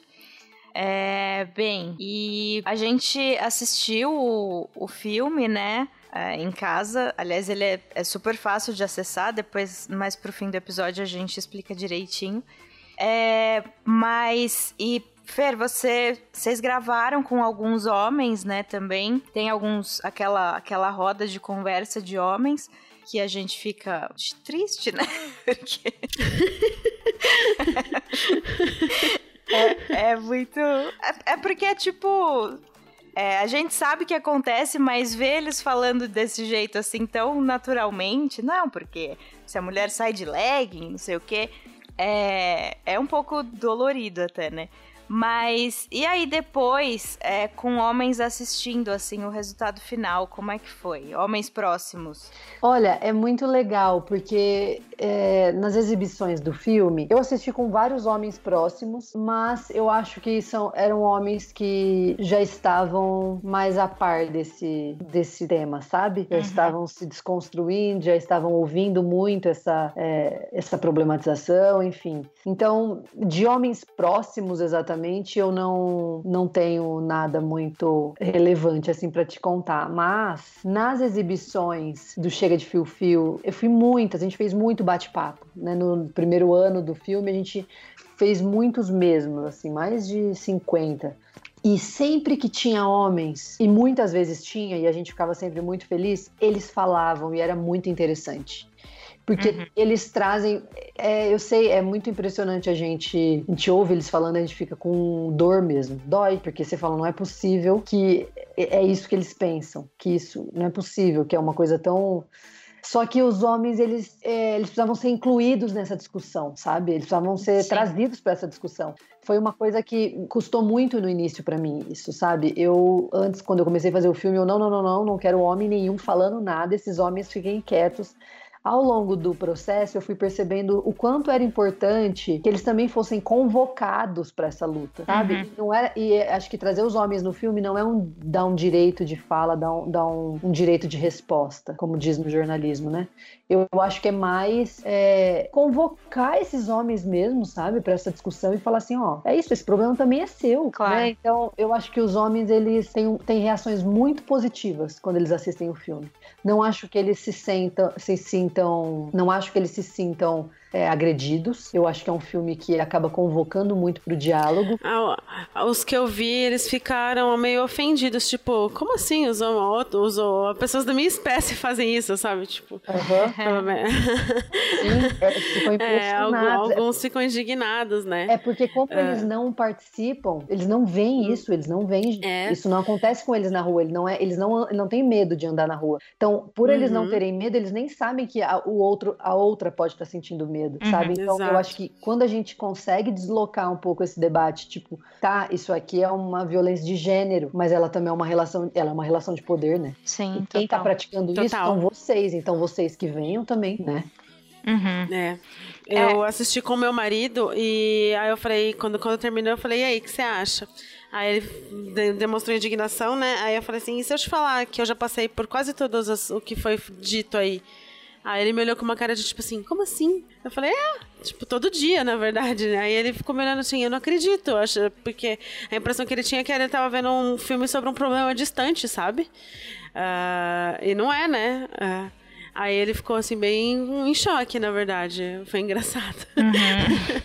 Speaker 1: É, bem, e a gente assistiu o, o filme, né? É, em casa, aliás, ele é, é super fácil de acessar, depois, mais pro fim do episódio, a gente explica direitinho. É, mas, e Fer, você, vocês gravaram com alguns homens, né, também. Tem alguns, aquela, aquela roda de conversa de homens que a gente fica triste, né? Porque... é, é muito... É, é porque, tipo... É, a gente sabe que acontece, mas ver eles falando desse jeito assim tão naturalmente... Não, porque se a mulher sai de legging, não sei o quê... É, é um pouco dolorido até, né? Mas, e aí depois, é, com homens assistindo, assim, o resultado final, como é que foi? Homens próximos?
Speaker 5: Olha, é muito legal, porque é, nas exibições do filme, eu assisti com vários homens próximos, mas eu acho que são, eram homens que já estavam mais a par desse, desse tema, sabe? Já uhum. estavam se desconstruindo, já estavam ouvindo muito essa, é, essa problematização, enfim. Então, de homens próximos, exatamente, eu não, não tenho nada muito relevante assim para te contar, mas nas exibições do Chega de Fio Fio, eu fui muitas, a gente fez muito bate-papo, né? No primeiro ano do filme a gente fez muitos mesmo, assim, mais de cinquenta. E sempre que tinha homens, e muitas vezes tinha, e a gente ficava sempre muito feliz, eles falavam e era muito interessante. Porque uhum. eles trazem... É, eu sei, é muito impressionante a gente... A gente ouve eles falando, a gente fica com dor mesmo. Dói, porque você fala, não é possível que... É isso que eles pensam. Que isso não é possível, que é uma coisa tão... Só que os homens, eles, é, eles precisavam ser incluídos nessa discussão, sabe? Eles precisavam ser Sim. trazidos para essa discussão. Foi uma coisa que custou muito no início para mim, isso, sabe? Eu, antes, quando eu comecei a fazer o filme, eu não, não, não, não, não quero homem nenhum falando nada, esses homens fiquem quietos. Ao longo do processo, eu fui percebendo o quanto era importante que eles também fossem convocados para essa luta, sabe? Uhum. Não era, e acho que trazer os homens no filme não é um, dar um direito de fala, dar, um, dar um, um direito de resposta, como diz no jornalismo, né? Eu, eu acho que é mais é, convocar esses homens mesmo, sabe? Para essa discussão e falar assim, ó, é isso, esse problema também é seu,
Speaker 1: claro.
Speaker 5: Né? Então, eu acho que os homens, eles têm, têm reações muito positivas quando eles assistem o filme. Não acho que eles se sentam, se sintam Então, não acho que eles se sintam é, agredidos. Eu acho que é um filme que acaba convocando muito pro diálogo.
Speaker 7: Ah, os que eu vi, eles ficaram meio ofendidos, tipo, como assim os, os, os pessoas da minha espécie fazem isso, sabe? Tipo,
Speaker 5: uhum. Sim, é, ficou
Speaker 7: é, alguns, alguns ficam indignados, né?
Speaker 5: É porque como é. eles não participam, eles não veem isso, eles não veem, é. isso não acontece com eles na rua, eles não, é, eles não, não têm medo de andar na rua. Então, por uhum. eles não terem medo, eles nem sabem que a, o outro, a outra pode estar sentindo medo, uhum, sabe? Então, exato. Eu acho que quando a gente consegue deslocar um pouco esse debate, tipo, tá, isso aqui é uma violência de gênero, mas ela também é uma relação, ela é uma relação de poder, né?
Speaker 1: Sim,
Speaker 5: e quem
Speaker 1: total.
Speaker 5: tá praticando total. isso são vocês, então vocês que venham também, né?
Speaker 7: Uhum. É. Eu é. assisti com meu marido e aí eu falei, quando, quando terminou, eu falei, e aí, o que você acha? Aí ele demonstrou indignação, né? Aí eu falei assim, e se eu te falar que eu já passei por quase todos as, o que foi dito aí? Aí ele me olhou com uma cara de tipo assim, como assim? Eu falei, é, tipo, todo dia, na verdade, né? Aí ele ficou me olhando assim, eu não acredito, eu acho, porque a impressão que ele tinha é que ele tava vendo um filme sobre um problema distante, sabe? Uh, e não é, né? Uh, Aí ele ficou assim, bem em choque, na verdade. Foi engraçado.
Speaker 1: Uhum.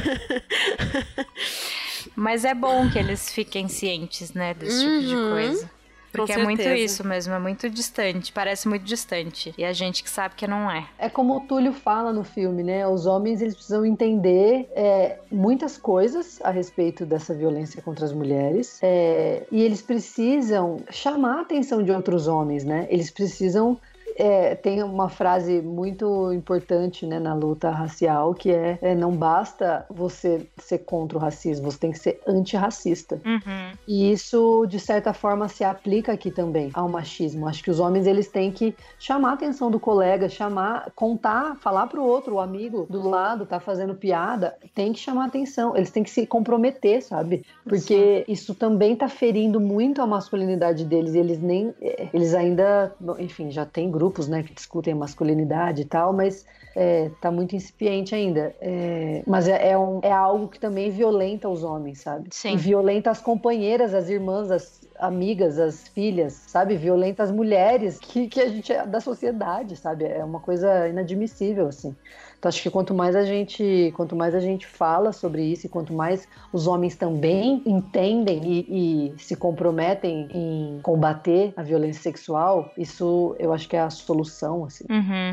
Speaker 1: Mas é bom que eles fiquem cientes, né, desse uhum. tipo de coisa. Porque é muito isso mesmo, é muito distante, parece muito distante. E a gente que sabe que não é.
Speaker 5: É como o Túlio fala no filme, né? Os homens, eles precisam entender é, muitas coisas a respeito dessa violência contra as mulheres. É, e eles precisam chamar a atenção de outros homens, né? Eles precisam... É, tem uma frase muito importante, né, na luta racial, que é, é não basta você ser contra o racismo, você tem que ser antirracista.
Speaker 1: Uhum.
Speaker 5: E isso, de certa forma, se aplica aqui também ao machismo. Acho que os homens, eles têm que chamar a atenção do colega, chamar, contar, falar pro outro, o amigo do lado tá fazendo piada, tem que chamar a atenção, eles têm que se comprometer, sabe? Porque Sim. isso também tá ferindo muito a masculinidade deles, eles nem, eles ainda, enfim, já tem grupos, né, que discutem a masculinidade e tal, mas é, tá muito incipiente ainda. É, mas é, é, um, é algo que também violenta os homens, sabe?
Speaker 1: Sim.
Speaker 5: E violenta as companheiras, as irmãs, as amigas, as filhas, sabe? Violenta as mulheres que, que a gente é da sociedade, sabe? É uma coisa inadmissível, assim. Então acho que quanto mais a gente, quanto mais a gente fala sobre isso e quanto mais os homens também entendem e, e se comprometem em combater a violência sexual, isso eu acho que é a solução, assim.
Speaker 1: Uhum.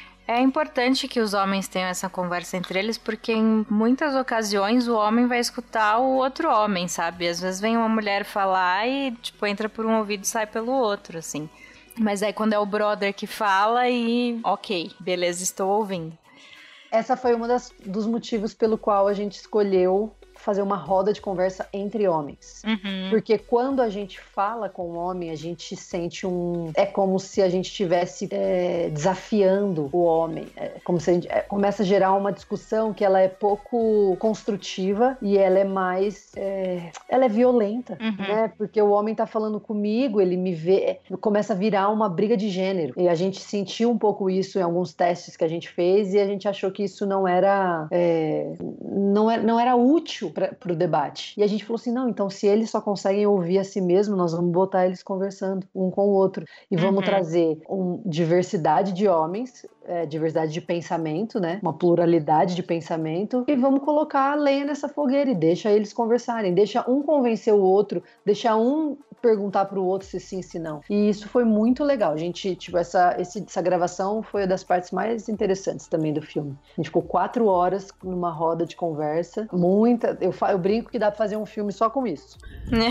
Speaker 1: É importante que os homens tenham essa conversa entre eles, porque em muitas ocasiões o homem vai escutar o outro homem, sabe? Às vezes vem uma mulher falar e, tipo, entra por um ouvido e sai pelo outro, assim. Mas aí quando é o brother que fala e, ok, beleza, estou ouvindo.
Speaker 5: Essa foi um dos motivos pelo qual a gente escolheu fazer uma roda de conversa entre homens.
Speaker 1: Uhum.
Speaker 5: Porque quando a gente fala com o homem, a gente sente um... É como se a gente estivesse é, desafiando o homem. É como se a gente é, começa a gerar uma discussão que ela é pouco construtiva e ela é mais... É, ela é violenta,
Speaker 1: uhum.
Speaker 5: né? Porque o homem tá falando comigo, ele me vê... Começa a virar uma briga de gênero. E a gente sentiu um pouco isso em alguns testes que a gente fez e a gente achou que isso não era... É, não, era não era útil para o debate. E a gente falou assim, não, então se eles só conseguem ouvir a si mesmo, nós vamos botar eles conversando um com o outro. E vamos
Speaker 1: uhum.
Speaker 5: trazer uma diversidade de homens, é, diversidade de pensamento, né? Uma pluralidade de pensamento. E vamos colocar a lenha nessa fogueira e deixa eles conversarem. Deixa um convencer o outro, deixa um perguntar pro outro se sim, se não. E isso foi muito legal. A gente, tipo, essa, esse, essa gravação foi uma das partes mais interessantes também do filme. A gente ficou quatro horas numa roda de conversa. Muita... Eu, eu brinco que dá pra fazer um filme só com isso.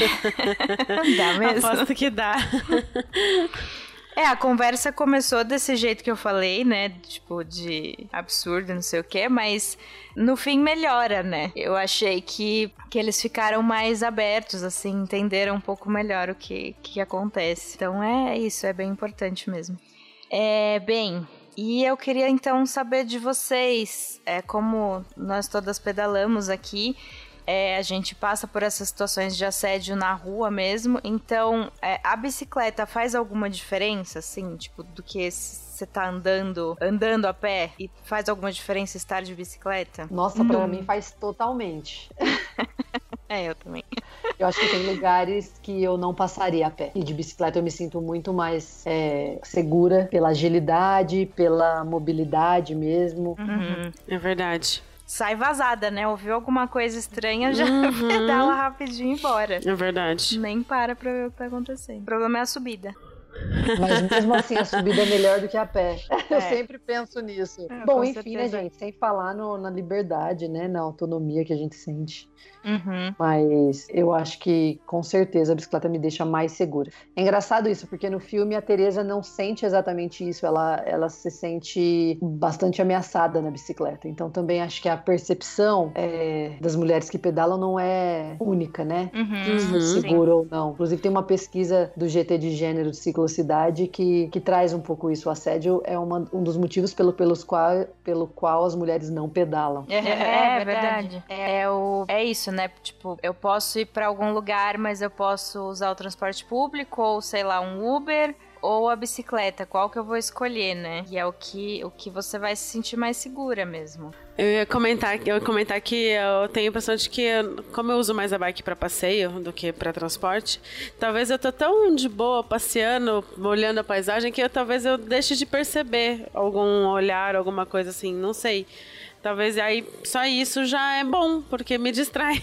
Speaker 1: Dá mesmo.
Speaker 7: Aposto que dá.
Speaker 1: É, a conversa começou desse jeito que eu falei, né? Tipo, de absurdo, não sei o quê, mas no fim melhora, né? Eu achei que, que eles ficaram mais abertos, assim, entenderam um pouco melhor o que, que acontece. Então é isso, é bem importante mesmo. É, bem... E eu queria então saber de vocês, é, como nós todas pedalamos aqui, é, a gente passa por essas situações de assédio na rua mesmo, então é, a bicicleta faz alguma diferença, assim, tipo, do que você tá andando, andando a pé, e faz alguma diferença estar de bicicleta?
Speaker 5: Nossa, hum. pra mim faz totalmente.
Speaker 1: É, eu também.
Speaker 5: Eu acho que tem lugares que eu não passaria a pé. E de bicicleta eu me sinto muito mais é, segura pela agilidade, pela mobilidade mesmo.
Speaker 7: Uhum. É verdade.
Speaker 1: Sai vazada, né? Ouviu alguma coisa estranha, já uhum. pedala rapidinho e embora.
Speaker 7: É verdade.
Speaker 1: Nem para pra ver o que tá acontecendo. O problema é a subida.
Speaker 5: Mas mesmo assim, a subida é melhor do que a pé. É. Eu sempre penso nisso. É, Bom, enfim, certeza. né, gente? Sem falar no, na liberdade, né? Na autonomia que a gente sente.
Speaker 1: Uhum.
Speaker 5: Mas eu acho que, com certeza, a bicicleta me deixa mais segura. É engraçado isso, porque no filme a Teresa não sente exatamente isso. Ela, ela se sente bastante ameaçada na bicicleta. Então, também acho que a percepção é, das mulheres que pedalam não é única, né?
Speaker 1: Uhum.
Speaker 5: Uhum. Segura ou não. Inclusive, tem uma pesquisa do G T de Gênero de Ciclocidade que, que traz um pouco isso. O assédio é uma, um dos motivos pelo, pelos qual, pelo qual as mulheres não pedalam.
Speaker 1: É, é, é verdade. É, o, é isso, né? Tipo, eu posso ir pra algum lugar, mas eu posso usar o transporte público ou, sei lá, um Uber ou a bicicleta. Qual que eu vou escolher, né? E é o que, o que você vai se sentir mais segura mesmo.
Speaker 7: Eu ia comentar, eu ia comentar que eu tenho a impressão de que, eu, como eu uso mais a bike para passeio do que para transporte, talvez eu tô tão de boa passeando, olhando a paisagem, que eu, talvez eu deixe de perceber algum olhar, alguma coisa assim, não sei. Talvez aí só isso já é bom, porque me distrai.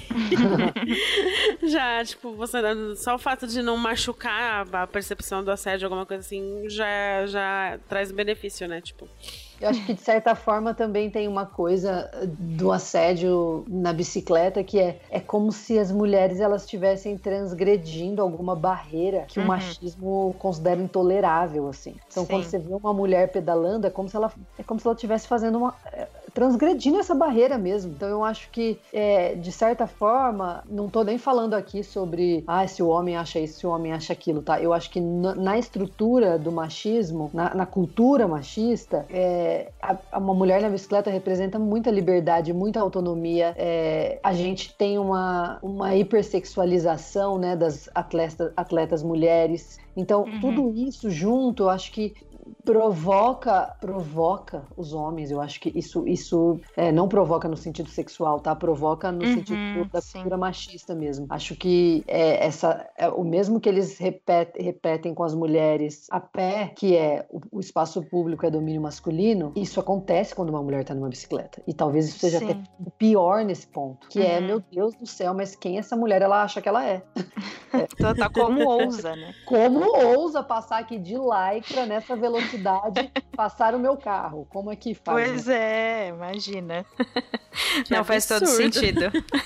Speaker 7: Já, tipo, você, só o fato de não machucar a percepção do assédio, alguma coisa assim, já, já traz benefício, né? Tipo...
Speaker 5: Eu acho que, de certa forma, também tem uma coisa do assédio na bicicleta que é, é como se as mulheres elas estivessem transgredindo alguma barreira que uhum. o machismo considera intolerável, assim. Então, Sim. quando você vê uma mulher pedalando, é como se ela é como se ela estivesse fazendo uma... transgredindo essa barreira mesmo. Então eu acho que, é, de certa forma, não tô nem falando aqui sobre ah, se o homem acha isso, se o homem acha aquilo, tá? Eu acho que na, na estrutura do machismo, na, na cultura machista, é, a, uma mulher na bicicleta representa muita liberdade, muita autonomia. É, a gente tem uma, uma hipersexualização, né, das atletas, atletas mulheres. Então, uhum. tudo isso junto, eu acho que provoca provoca os homens. Eu acho que isso, isso é, não provoca no sentido sexual, tá? Provoca no uhum, sentido da
Speaker 1: sim.
Speaker 5: cultura machista mesmo. Acho que é, essa, é, o mesmo que eles repet, repetem com as mulheres a pé, que é o, o espaço público é domínio masculino, isso acontece quando uma mulher tá numa bicicleta. E talvez isso seja sim. até pior nesse ponto, que uhum. é, meu Deus do céu, mas quem essa mulher ela acha que ela é?
Speaker 1: é. Tá como ousa, né?
Speaker 5: Como ousa passar aqui de lycra nessa velocidade passar o meu carro? Como é que faz?
Speaker 1: Pois
Speaker 5: né?
Speaker 1: é, imagina.
Speaker 7: Que
Speaker 1: Não
Speaker 7: absurdo.
Speaker 1: Faz todo sentido.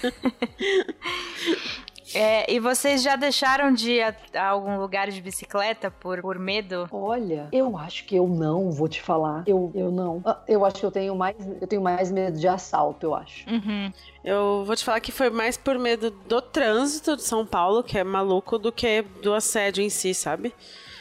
Speaker 1: É, e vocês já deixaram de ir a, a algum lugar de bicicleta por, por medo?
Speaker 5: Olha, eu acho que eu não, vou te falar. Eu, eu não. Eu acho que eu tenho mais, eu tenho mais medo de assalto, eu acho.
Speaker 1: Uhum.
Speaker 7: Eu vou te falar que foi mais por medo do trânsito de São Paulo, que é maluco, do que do assédio em si, sabe?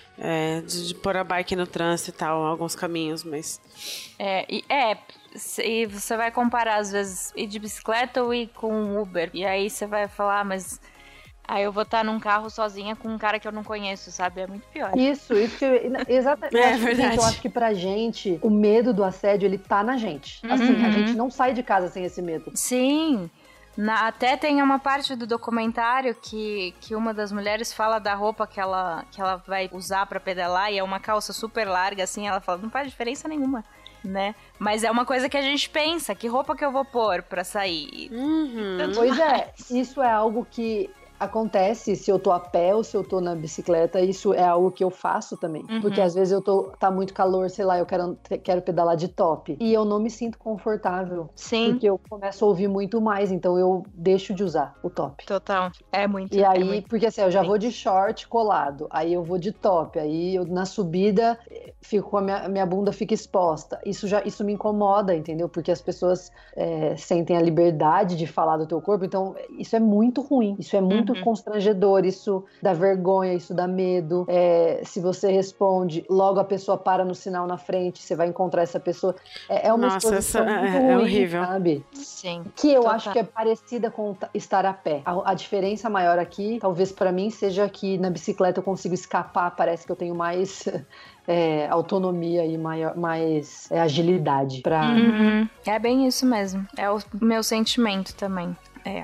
Speaker 7: É, de, de pôr a bike no trânsito e tal, alguns caminhos, mas...
Speaker 1: É, e, é, e você vai comparar, às vezes, ir de bicicleta ou ir com Uber. E aí você vai falar, mas... Aí eu vou estar num carro sozinha com um cara que eu não conheço, sabe? É muito pior.
Speaker 5: Isso, isso que eu... Exatamente.
Speaker 7: É
Speaker 5: eu
Speaker 7: verdade.
Speaker 5: Eu acho que pra gente, o medo do assédio, ele tá na gente. Assim, uhum. a gente não sai de casa sem esse medo.
Speaker 1: Sim. Na, até tem uma parte do documentário que, que uma das mulheres fala da roupa que ela, que ela vai usar pra pedalar, e é uma calça super larga, assim, ela fala, não faz diferença nenhuma, né? Mas é uma coisa que a gente pensa, que roupa que eu vou pôr pra sair?
Speaker 7: Uhum.
Speaker 5: Pois é, isso é algo que... acontece se eu tô a pé ou se eu tô na bicicleta, isso é algo que eu faço também. Uhum. Porque às vezes eu tô, tá muito calor, sei lá, eu quero, quero pedalar de top. E eu não me sinto confortável.
Speaker 1: Sim.
Speaker 5: Porque eu começo a ouvir muito mais, então eu deixo de usar o top.
Speaker 1: Total. É muito.
Speaker 5: E aí,
Speaker 1: é muito.
Speaker 5: porque assim, eu já
Speaker 1: Sim.
Speaker 5: vou de short colado, aí eu vou de top, aí eu, na subida fico com a minha, minha bunda fica exposta. Isso já, isso me incomoda, entendeu? Porque as pessoas é, sentem a liberdade de falar do teu corpo, então isso é muito ruim, isso é muito muito uhum. constrangedor, isso dá vergonha, isso dá medo. É, se você responde, logo a pessoa para no sinal na frente, você vai encontrar essa pessoa. É, é uma
Speaker 7: Nossa,
Speaker 5: exposição
Speaker 7: essa
Speaker 5: muito
Speaker 7: é,
Speaker 5: ruim,
Speaker 7: é horrível.
Speaker 5: sabe?
Speaker 1: Sim.
Speaker 5: Que eu
Speaker 1: total.
Speaker 5: acho que é parecida com estar a pé. A, a diferença maior aqui, talvez pra mim, seja que na bicicleta eu consigo escapar, parece que eu tenho mais... É, autonomia e maior, mais é, agilidade pra...
Speaker 1: Uhum. É bem isso mesmo. É o meu sentimento também. É.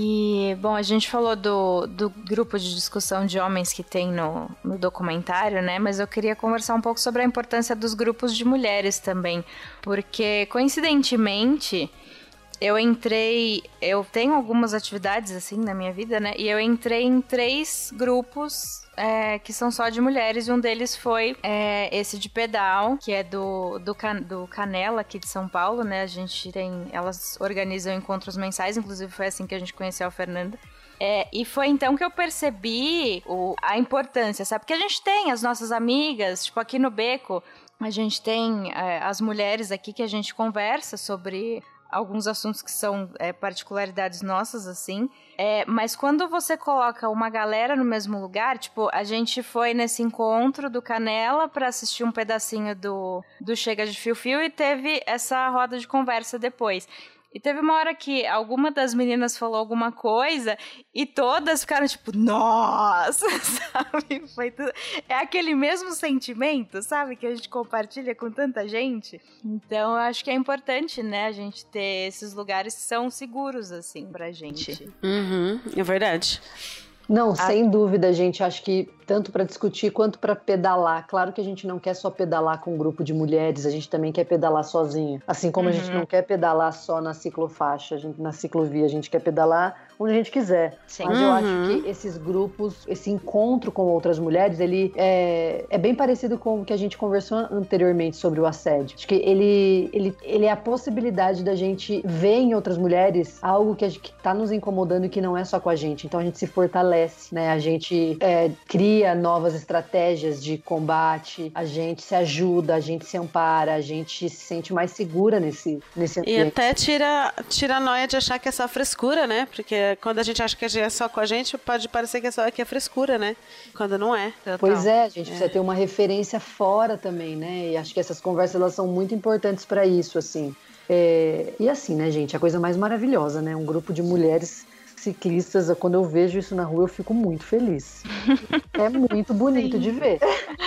Speaker 1: E, bom, a gente falou do, do grupo de discussão de homens que tem no, no documentário, né? Mas eu queria conversar um pouco sobre a importância dos grupos de mulheres também. Porque, coincidentemente, eu entrei... Eu tenho algumas atividades, assim, na minha vida, né? E eu entrei em três grupos... É, que são só de mulheres, e um deles foi é, esse de pedal, que é do, do, can, do Canela, aqui de São Paulo, né? A gente tem... Elas organizam encontros mensais, inclusive foi assim que a gente conheceu a Fernanda. É, e foi então que eu percebi o, a importância, sabe? Porque a gente tem as nossas amigas, tipo aqui no Beco, a gente tem é, as mulheres aqui que a gente conversa sobre... alguns assuntos que são é, particularidades nossas, assim. É, mas quando você coloca uma galera no mesmo lugar, tipo, a gente foi nesse encontro do Canela pra assistir um pedacinho do, do Chega de Fio Fio e teve essa roda de conversa depois. E teve uma hora que alguma das meninas falou alguma coisa e todas ficaram tipo, nossa, sabe? Foi tudo... É aquele mesmo sentimento, sabe? Que a gente compartilha com tanta gente. Então, eu acho que é importante, né? A gente ter esses lugares que são seguros, assim, pra gente.
Speaker 7: Uhum, é verdade.
Speaker 5: Não,
Speaker 1: A...
Speaker 5: sem dúvida, gente. Acho que tanto para discutir quanto para pedalar. Claro que a gente não quer só pedalar com um grupo de mulheres, a gente também quer pedalar sozinho. Assim como uhum. a gente não quer pedalar só na ciclofaixa, a gente, na ciclovia, a gente quer pedalar onde a gente quiser. Sim. Mas eu uhum. acho que esses grupos, esse encontro com outras mulheres, ele é, é bem parecido com o que a gente conversou anteriormente sobre o assédio. Acho que ele, ele, ele é a possibilidade da gente ver em outras mulheres algo que está nos incomodando e que não é só com a gente. Então a gente se fortalece, né? A gente é, cria novas estratégias de combate, a gente se ajuda, a gente se ampara, a gente se sente mais segura nesse, nesse ambiente.
Speaker 7: E até tira, tira a noia de achar que é só frescura, né? Porque quando a gente acha que é só com a gente, pode parecer que é só que é frescura, né? Quando não é.
Speaker 5: Total. Pois é, a gente é. precisa ter uma referência fora também, né? E acho que essas conversas, elas são muito importantes para isso, assim. É... E assim, né, gente? A coisa mais maravilhosa, né? Um grupo de mulheres ciclistas, quando eu vejo isso na rua, eu fico muito feliz. É muito bonito Sim. de ver.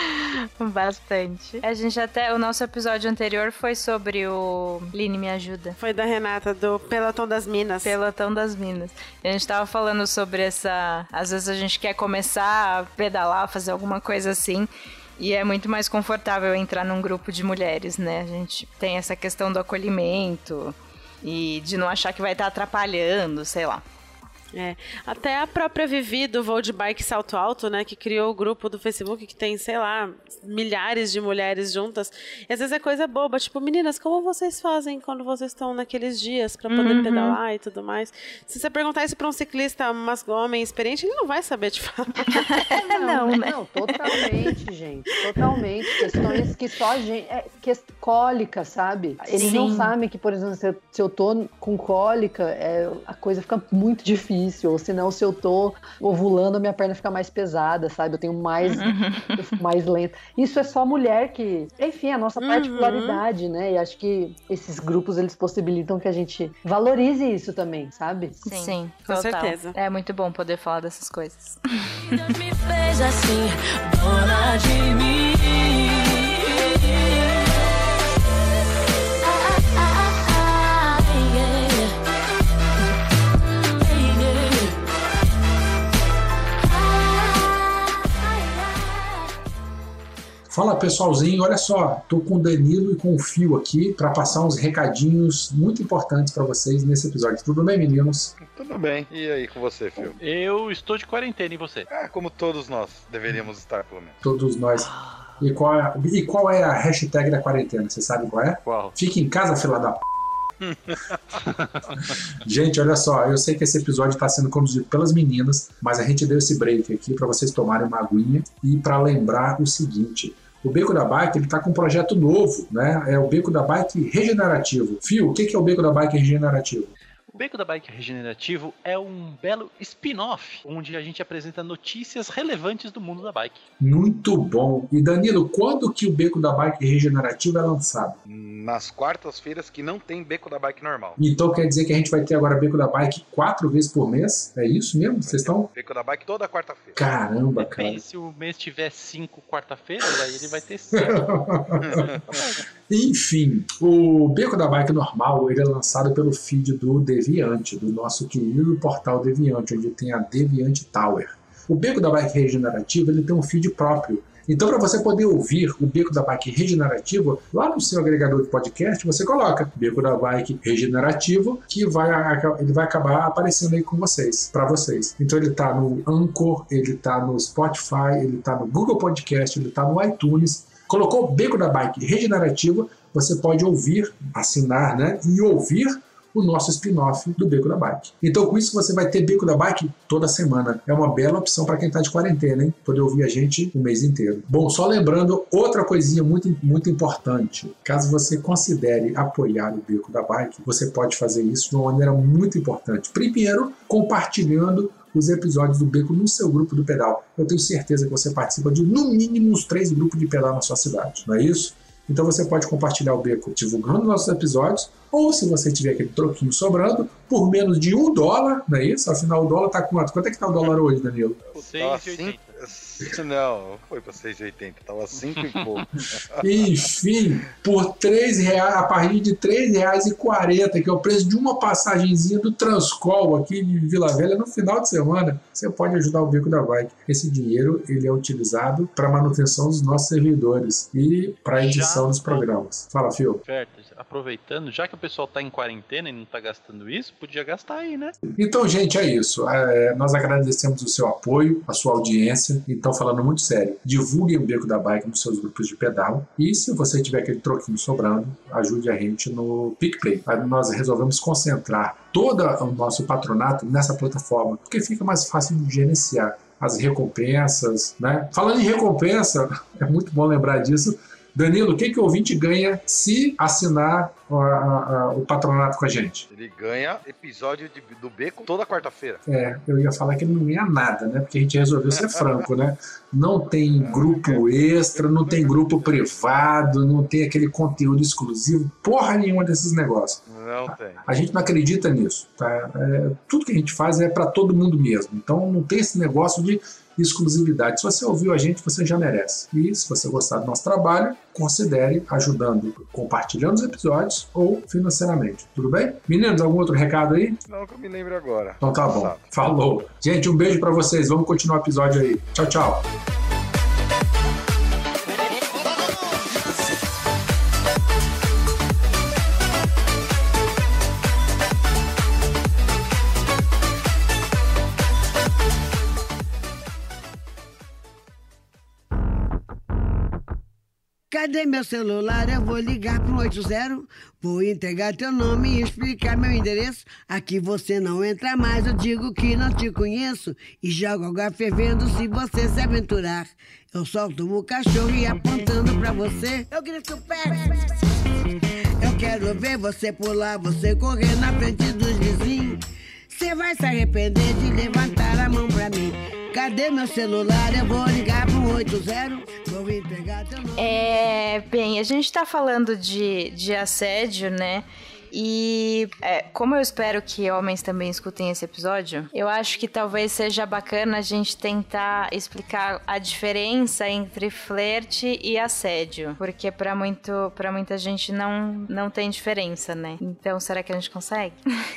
Speaker 1: Bastante. A gente até, o nosso episódio anterior foi sobre o Line Me Ajuda.
Speaker 7: Foi da Renata, do Pelotão das Minas.
Speaker 1: Pelotão das Minas. A gente tava falando sobre essa... Às vezes a gente quer começar a pedalar, fazer alguma coisa assim, e é muito mais confortável entrar num grupo de mulheres, né? A gente tem essa questão do acolhimento e de não achar que vai estar atrapalhando, sei lá.
Speaker 7: É, até a própria Vivi do Voo de Bike Salto Alto, né, que criou o grupo do Facebook que tem, sei lá, milhares de mulheres juntas, e às vezes é coisa boba, tipo, meninas, como vocês fazem quando vocês estão naqueles dias pra poder uhum. pedalar e tudo mais? Se você perguntar isso pra um ciclista, um homem experiente, ele não vai saber te falar.
Speaker 5: não, não, né? Não, totalmente, gente, totalmente, questões que só a gente, é, que, cólica, sabe? Eles Sim. não sabem que, por exemplo, se eu, se eu tô com cólica, é, a coisa fica muito difícil. Ou senão, se eu tô ovulando, a minha perna fica mais pesada, sabe? Eu tenho mais, eu fico mais lenta. Isso é só mulher que... Enfim, a nossa particularidade, uhum. né? E acho que esses grupos, eles possibilitam que a gente valorize isso também, sabe?
Speaker 1: Sim, Sim com total. certeza. É muito bom poder falar dessas coisas.
Speaker 4: Me fez assim, dona de mim.
Speaker 8: Fala pessoalzinho, olha só, tô com o Danilo e com o Fio aqui para passar uns recadinhos muito importantes para vocês nesse episódio. Tudo bem, meninos?
Speaker 9: Tudo bem. E aí com você, Fio?
Speaker 10: Eu estou de quarentena, e você?
Speaker 9: Ah, como todos nós deveríamos estar, pelo menos.
Speaker 8: Todos nós. E qual é, e qual é a hashtag da quarentena? Você sabe qual é?
Speaker 10: Qual?
Speaker 8: Fique em casa, fila da p... Gente, olha só, eu sei que esse episódio está sendo conduzido pelas meninas, mas a gente deu esse break aqui para vocês tomarem uma aguinha e para lembrar o seguinte: o Beco da Bike, ele tá com um projeto novo, né? É o Beco da Bike Regenerativo. Fio, o que é o Beco da Bike Regenerativo?
Speaker 10: O Beco da Bike Regenerativo é um belo spin-off, onde a gente apresenta notícias relevantes do mundo da bike.
Speaker 8: Muito bom. E Danilo, quando que o Beco da Bike Regenerativo é lançado?
Speaker 9: Nas quartas-feiras que não tem Beco da Bike normal.
Speaker 8: Então quer dizer que a gente vai ter agora Beco da Bike quatro vezes por mês? É isso mesmo? Vocês estão?
Speaker 9: Beco da Bike toda quarta-feira.
Speaker 8: Caramba, cara.
Speaker 10: Depende, se o mês tiver cinco quarta-feiras, aí ele vai ter cinco.
Speaker 8: Enfim, o Beco da Bike normal, ele é lançado pelo feed do Deviante, do nosso querido portal Deviante, onde tem a Deviante Tower. O Beco da Bike Regenerativo, ele tem um feed próprio. Então, para você poder ouvir o Beco da Bike Regenerativo, lá no seu agregador de podcast, você coloca Beco da Bike Regenerativo, que vai, ele vai acabar aparecendo aí com vocês, para vocês. Então, ele está no Anchor, ele está no Spotify, ele está no Google Podcast, ele está no iTunes. Colocou Beco da Bike Regenerativo, você pode ouvir, assinar, né, e ouvir o nosso spin-off do Beco da Bike. Então, com isso, você vai ter Beco da Bike toda semana. É uma bela opção para quem está de quarentena, hein? Poder ouvir a gente o mês inteiro. Bom, só lembrando outra coisinha muito, muito importante. Caso você considere apoiar o Beco da Bike, você pode fazer isso de uma maneira muito importante. Primeiro, compartilhando os episódios do Beco no seu grupo do pedal. Eu tenho certeza que você participa de, no mínimo, uns três grupos de pedal na sua cidade. Não é isso? Então você pode compartilhar o Beco divulgando nossos episódios, ou se você tiver aquele troquinho sobrando, por menos de um dólar, não é isso? Afinal, o dólar tá quanto? Quanto é que tá o dólar hoje, Danilo?
Speaker 9: seis e oitenta. Não, foi para seis e oitenta, tava cinco e pouco.
Speaker 8: Enfim, por três reais, a partir de três reais e quarenta, que é o preço de uma passagenzinha do Transcol aqui de Vila Velha no final de semana, você pode ajudar o Beco da Bike. Esse dinheiro ele é utilizado para manutenção dos nossos servidores e para edição já dos programas. Fala, Fio.
Speaker 10: Certo. Aproveitando, já que o pessoal tá em quarentena e não tá gastando isso, podia gastar aí, né?
Speaker 8: Então, gente, é isso. É, nós agradecemos o seu apoio, a sua audiência. Então, falando muito sério, divulguem o Beco da Bike nos seus grupos de pedal. E se você tiver aquele troquinho sobrando, ajude a gente no PicPay. Aí nós resolvemos concentrar todo o nosso patronato nessa plataforma, porque fica mais fácil de gerenciar as recompensas, né? Falando em recompensa, é muito bom lembrar disso. Danilo, o que, que o ouvinte ganha se assinar a, a, a, o patronato com a gente?
Speaker 9: Ele ganha episódio de, do Beco toda quarta-feira.
Speaker 8: É, eu ia falar que ele não ganha nada, né? Porque a gente resolveu ser franco, né? Não tem grupo extra, não tem grupo privado, não tem aquele conteúdo exclusivo, porra nenhuma desses negócios.
Speaker 9: Não tem.
Speaker 8: A gente não acredita nisso, tá? É, tudo que a gente faz é para todo mundo mesmo. Então não tem esse negócio de exclusividade. Se você ouviu a gente, você já merece. E se você gostar do nosso trabalho, considere ajudando, compartilhando os episódios ou financeiramente. Tudo bem? Meninos, algum outro recado aí?
Speaker 9: Não, que eu me lembro agora.
Speaker 8: Então tá bom. Falou. Gente, um beijo pra vocês. Vamos continuar o episódio aí. Tchau, tchau.
Speaker 11: Cadê meu celular? Eu vou ligar pro oito zero. Vou entregar teu nome e explicar meu endereço. Aqui você não entra mais, eu digo que não te conheço. E jogo água fervendo se você se aventurar. Eu solto o cachorro e apontando pra você, eu grito pé. Eu quero ver você pular, você correr na frente dos vizinhos. Você vai se arrepender de levantar a mão pra mim. Cadê meu celular? Eu vou ligar pro oito zero. Vou entregar teu nome.
Speaker 1: É, bem, a gente tá falando de, de assédio, né? E é, como eu espero que homens também escutem esse episódio, eu acho que talvez seja bacana a gente tentar explicar a diferença entre flerte e assédio, porque pra, muito, pra muita gente não, não tem diferença, né? Então, será que a gente consegue?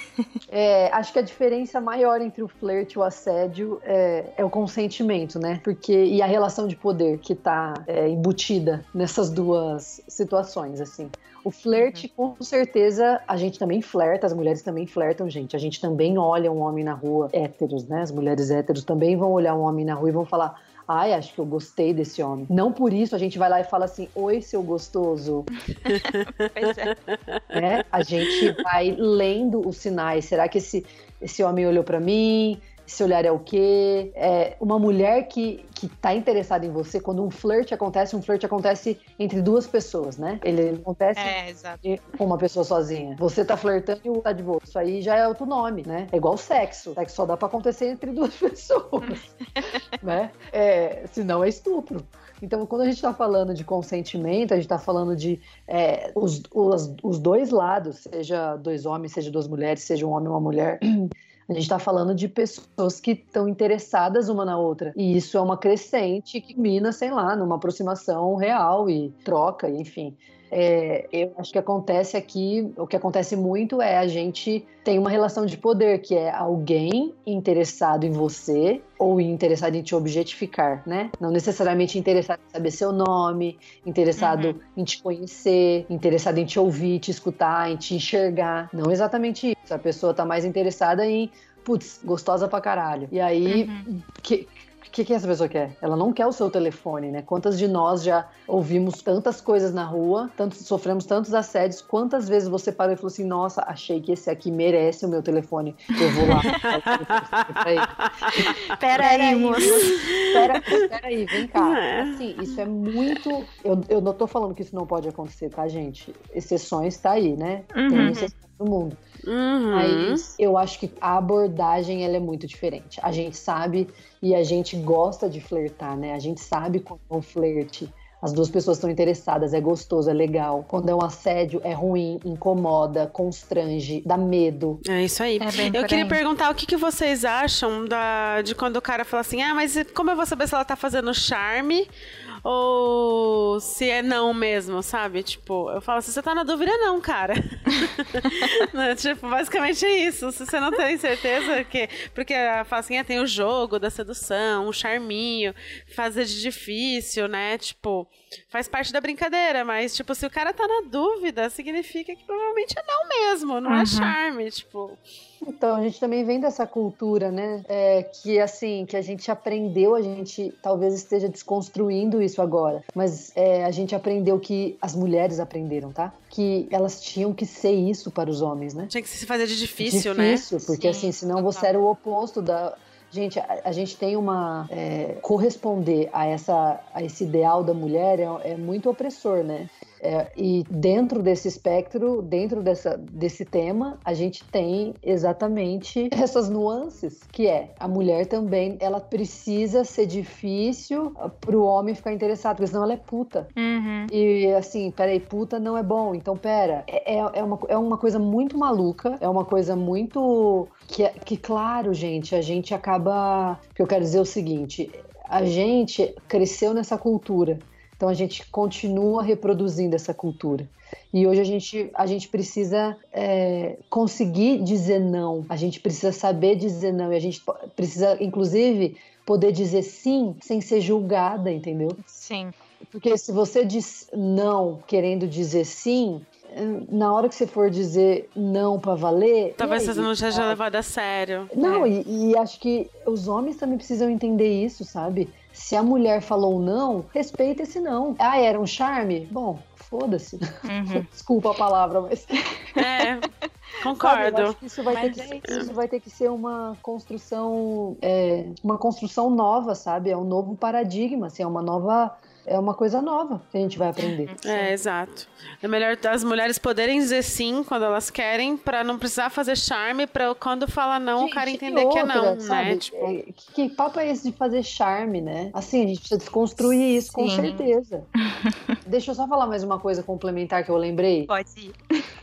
Speaker 5: É, acho que a diferença maior entre o flerte e o assédio é, é o consentimento, né? Porque, e a relação de poder que tá é, embutida nessas duas situações, assim. O flerte, uhum. com certeza, a gente também flerta, as mulheres também flertam, gente. A gente também olha um homem na rua, héteros, né? As mulheres héteros também vão olhar um homem na rua e vão falar: ai, acho que eu gostei desse homem. Não por isso a gente vai lá e fala assim: oi, seu gostoso.
Speaker 1: Pois é.
Speaker 5: É, a gente vai lendo os sinais. Será que esse, esse homem olhou pra mim? Esse olhar é o quê? É uma mulher que, que tá interessada em você, quando um flerte acontece, um flerte acontece entre duas pessoas, né? Ele acontece
Speaker 1: é,
Speaker 5: com uma pessoa sozinha. Você tá flertando e o tá de boa. Isso aí já é outro nome, né? É igual sexo. Sexo só dá pra acontecer entre duas pessoas, né? É, senão é estupro. Então, quando a gente tá falando de consentimento, a gente tá falando de é, os, os, os dois lados, seja dois homens, seja duas mulheres, seja um homem e uma mulher. A gente está falando de pessoas que estão interessadas uma na outra. E isso é uma crescente que mina, sei lá, numa aproximação real e troca, enfim. É, eu acho que acontece aqui, o que acontece muito é a gente tem uma relação de poder, que é alguém interessado em você ou interessado em te objetificar, né? Não necessariamente interessado em saber seu nome, interessado uhum. em te conhecer, interessado em te ouvir, te escutar, em te enxergar. Não exatamente isso. A pessoa tá mais interessada em, putz, gostosa pra caralho. E aí, uhum. que... O que, que essa pessoa quer? Ela não quer o seu telefone, né? Quantas de nós já ouvimos tantas coisas na rua, tantos, sofremos tantos assédios, quantas vezes você parou e falou assim, nossa, achei que esse aqui merece o meu telefone, eu vou lá.
Speaker 1: Peraí, moço.
Speaker 5: Pera, peraí, vem cá. Assim, isso é muito... Eu, eu não tô falando que isso não pode acontecer, tá, gente? Exceções tá aí, né? Uhum. Tem exceções no mundo.
Speaker 7: Uhum.
Speaker 5: Mas eu acho que a abordagem ela é muito diferente. A gente sabe e a gente gosta de flertar, né? A gente sabe quando é um flerte, as duas pessoas estão interessadas, é gostoso, é legal. Quando é um assédio, é ruim, incomoda, constrange, dá medo.
Speaker 7: É isso aí. É eu queria aí. perguntar o que, que vocês acham da, de quando o cara fala assim, ah, mas como eu vou saber se ela tá fazendo charme ou se é não mesmo, sabe? Tipo, eu falo, se você tá na dúvida, não, cara. Não, tipo, basicamente é isso. Se você não tem certeza que... Porque fala assim, ah, tem o jogo da sedução, o charminho, fazer de difícil, né? Tipo, faz parte da brincadeira, mas, tipo, se o cara tá na dúvida, significa que provavelmente é não mesmo, não uhum. é charme, tipo...
Speaker 5: Então, a gente também vem dessa cultura, né? É, que, assim, que a gente aprendeu, a gente talvez esteja desconstruindo isso agora, mas é, a gente aprendeu que as mulheres aprenderam, tá? Que elas tinham que ser isso para os homens, né?
Speaker 7: Tinha que se fazer de difícil,
Speaker 5: difícil
Speaker 7: né?
Speaker 5: Difícil, porque, Sim, assim, senão total. Você era o oposto da... Gente, a, a gente tem uma... É, corresponder a, essa, a esse ideal da mulher é, é muito opressor, né? É, e dentro desse espectro, dentro dessa, desse tema, a gente tem exatamente essas nuances, que é, a mulher também, ela precisa ser difícil pro homem ficar interessado, porque senão ela é puta.
Speaker 1: Uhum.
Speaker 5: E assim, peraí, puta não é bom, então pera, é, é, uma, é uma coisa muito maluca, é uma coisa muito... Que, que claro, gente, a gente acaba... Porque eu quero dizer o seguinte, a gente cresceu nessa cultura, então a gente continua reproduzindo essa cultura. E hoje a gente, a gente precisa é, conseguir dizer não, a gente precisa saber dizer não, e a gente precisa, inclusive, poder dizer sim sem ser julgada, entendeu?
Speaker 1: Sim.
Speaker 5: Porque se você diz não querendo dizer sim, na hora que você for dizer não pra valer...
Speaker 7: Talvez você não seja levado a sério.
Speaker 5: Não,
Speaker 7: é.
Speaker 5: e, e acho que os homens também precisam entender isso, sabe? Se a mulher falou não, respeita esse não. Ah, era um charme? Bom, foda-se.
Speaker 1: Uhum.
Speaker 5: Desculpa a palavra, mas...
Speaker 7: É, concordo.
Speaker 5: Sabe, eu acho que isso vai, ter que, é isso vai ter que ser uma construção... É, uma construção nova, sabe? É um novo paradigma, assim, é uma nova... É uma coisa nova que a gente vai aprender.
Speaker 7: É, exato. É melhor as mulheres poderem dizer sim quando elas querem, pra não precisar fazer charme, pra quando fala não, gente, o cara entender outra, que é não, sabe? Né? Tipo...
Speaker 5: É, que, que papo é esse de fazer charme, né? Assim, a gente precisa desconstruir isso, sim. Com certeza. Deixa eu só falar mais uma coisa complementar que eu lembrei.
Speaker 1: Pode ir.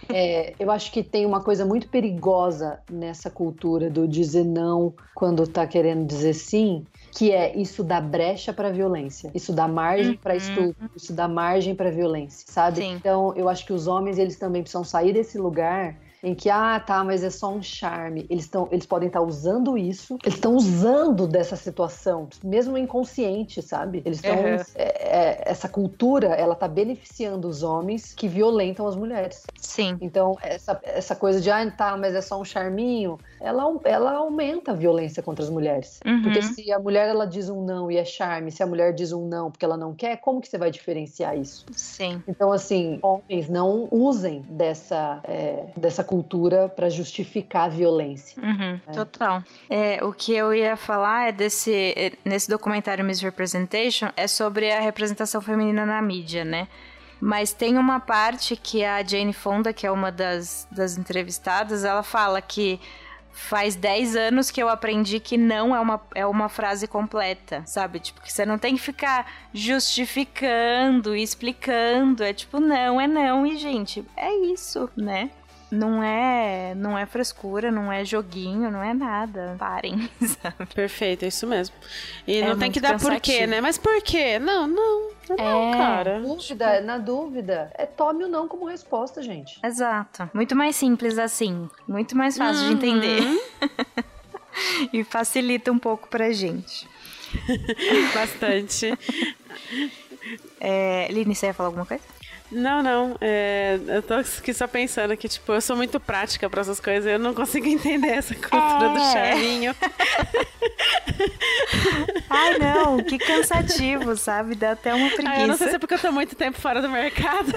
Speaker 5: É, eu acho que tem uma coisa muito perigosa nessa cultura do dizer não quando tá querendo dizer sim, que é isso dá brecha pra violência, isso dá margem para estupro, isso dá margem para violência, sabe?
Speaker 1: Sim.
Speaker 5: Então, eu acho que os homens, eles também precisam sair desse lugar em que, ah, tá, mas é só um charme. Eles, tão, eles podem estar usando isso, eles estão usando dessa situação, mesmo inconsciente, sabe? Eles estão... Uhum. É, é, essa cultura, ela tá beneficiando os homens que violentam as mulheres.
Speaker 1: Sim.
Speaker 5: Então, essa, essa coisa de, ah, tá, mas é só um charminho, ela, ela aumenta a violência contra as mulheres.
Speaker 1: Uhum.
Speaker 5: Porque se a mulher, ela diz um não e é charme, se a mulher diz um não porque ela não quer, como que você vai diferenciar isso?
Speaker 1: Sim.
Speaker 5: Então, assim, homens, não usem dessa, é, dessa cultura para justificar a violência.
Speaker 1: Uhum,
Speaker 5: é.
Speaker 1: Total. É, o que eu ia falar é desse, nesse documentário Misrepresentation, é sobre a representação feminina na mídia, né? Mas tem uma parte que a Jane Fonda, que é uma das, das entrevistadas, ela fala que faz dez anos que eu aprendi que não é uma, é uma frase completa, sabe? Tipo, que você não tem que ficar justificando e explicando. É tipo, não, é não. E, gente, é isso, né? não é, não é frescura, não é joguinho, não é nada. Parem, sabe?
Speaker 7: Perfeito, é isso mesmo. E
Speaker 1: É
Speaker 7: não tem que
Speaker 1: muito
Speaker 7: dar porquê,
Speaker 1: cansativo.
Speaker 7: né? Mas por quê? Não, não. Não,
Speaker 5: É,
Speaker 7: cara.
Speaker 5: dúvida, na dúvida, é tome o não como resposta, gente.
Speaker 1: Exato. Muito mais simples assim. Muito mais fácil de entender. E facilita um pouco pra gente.
Speaker 7: Bastante.
Speaker 1: É, Lini, você ia falar alguma coisa?
Speaker 7: Não, não. É, eu tô aqui só pensando que, tipo, eu sou muito prática pra essas coisas. Eu não consigo entender essa cultura
Speaker 1: É.
Speaker 7: do charminho.
Speaker 1: Ai, não, que cansativo, sabe? Dá até uma preguiça.
Speaker 7: Ah, eu não sei se é porque eu tô muito tempo fora do mercado.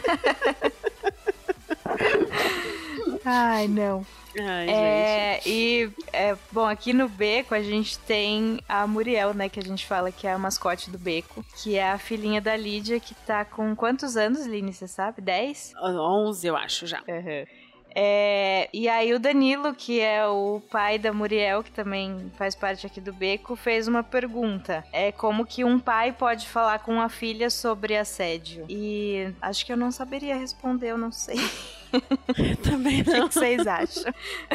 Speaker 1: Ai, não.
Speaker 7: Ai,
Speaker 1: é,
Speaker 7: gente.
Speaker 1: E, é, bom, aqui no Beco a gente tem a Muriel, né, que a gente fala que é a mascote do Beco, que é a filhinha da Lídia, que tá com quantos anos, Lini, você sabe? dez?
Speaker 7: onze, eu acho, já.
Speaker 1: Uhum. É, e aí o Danilo, que é o pai da Muriel, que também faz parte aqui do Beco, fez uma pergunta. É como que um pai pode falar com a filha sobre assédio? E acho que eu não saberia responder, eu não sei.
Speaker 7: Também não.
Speaker 1: O que vocês acham?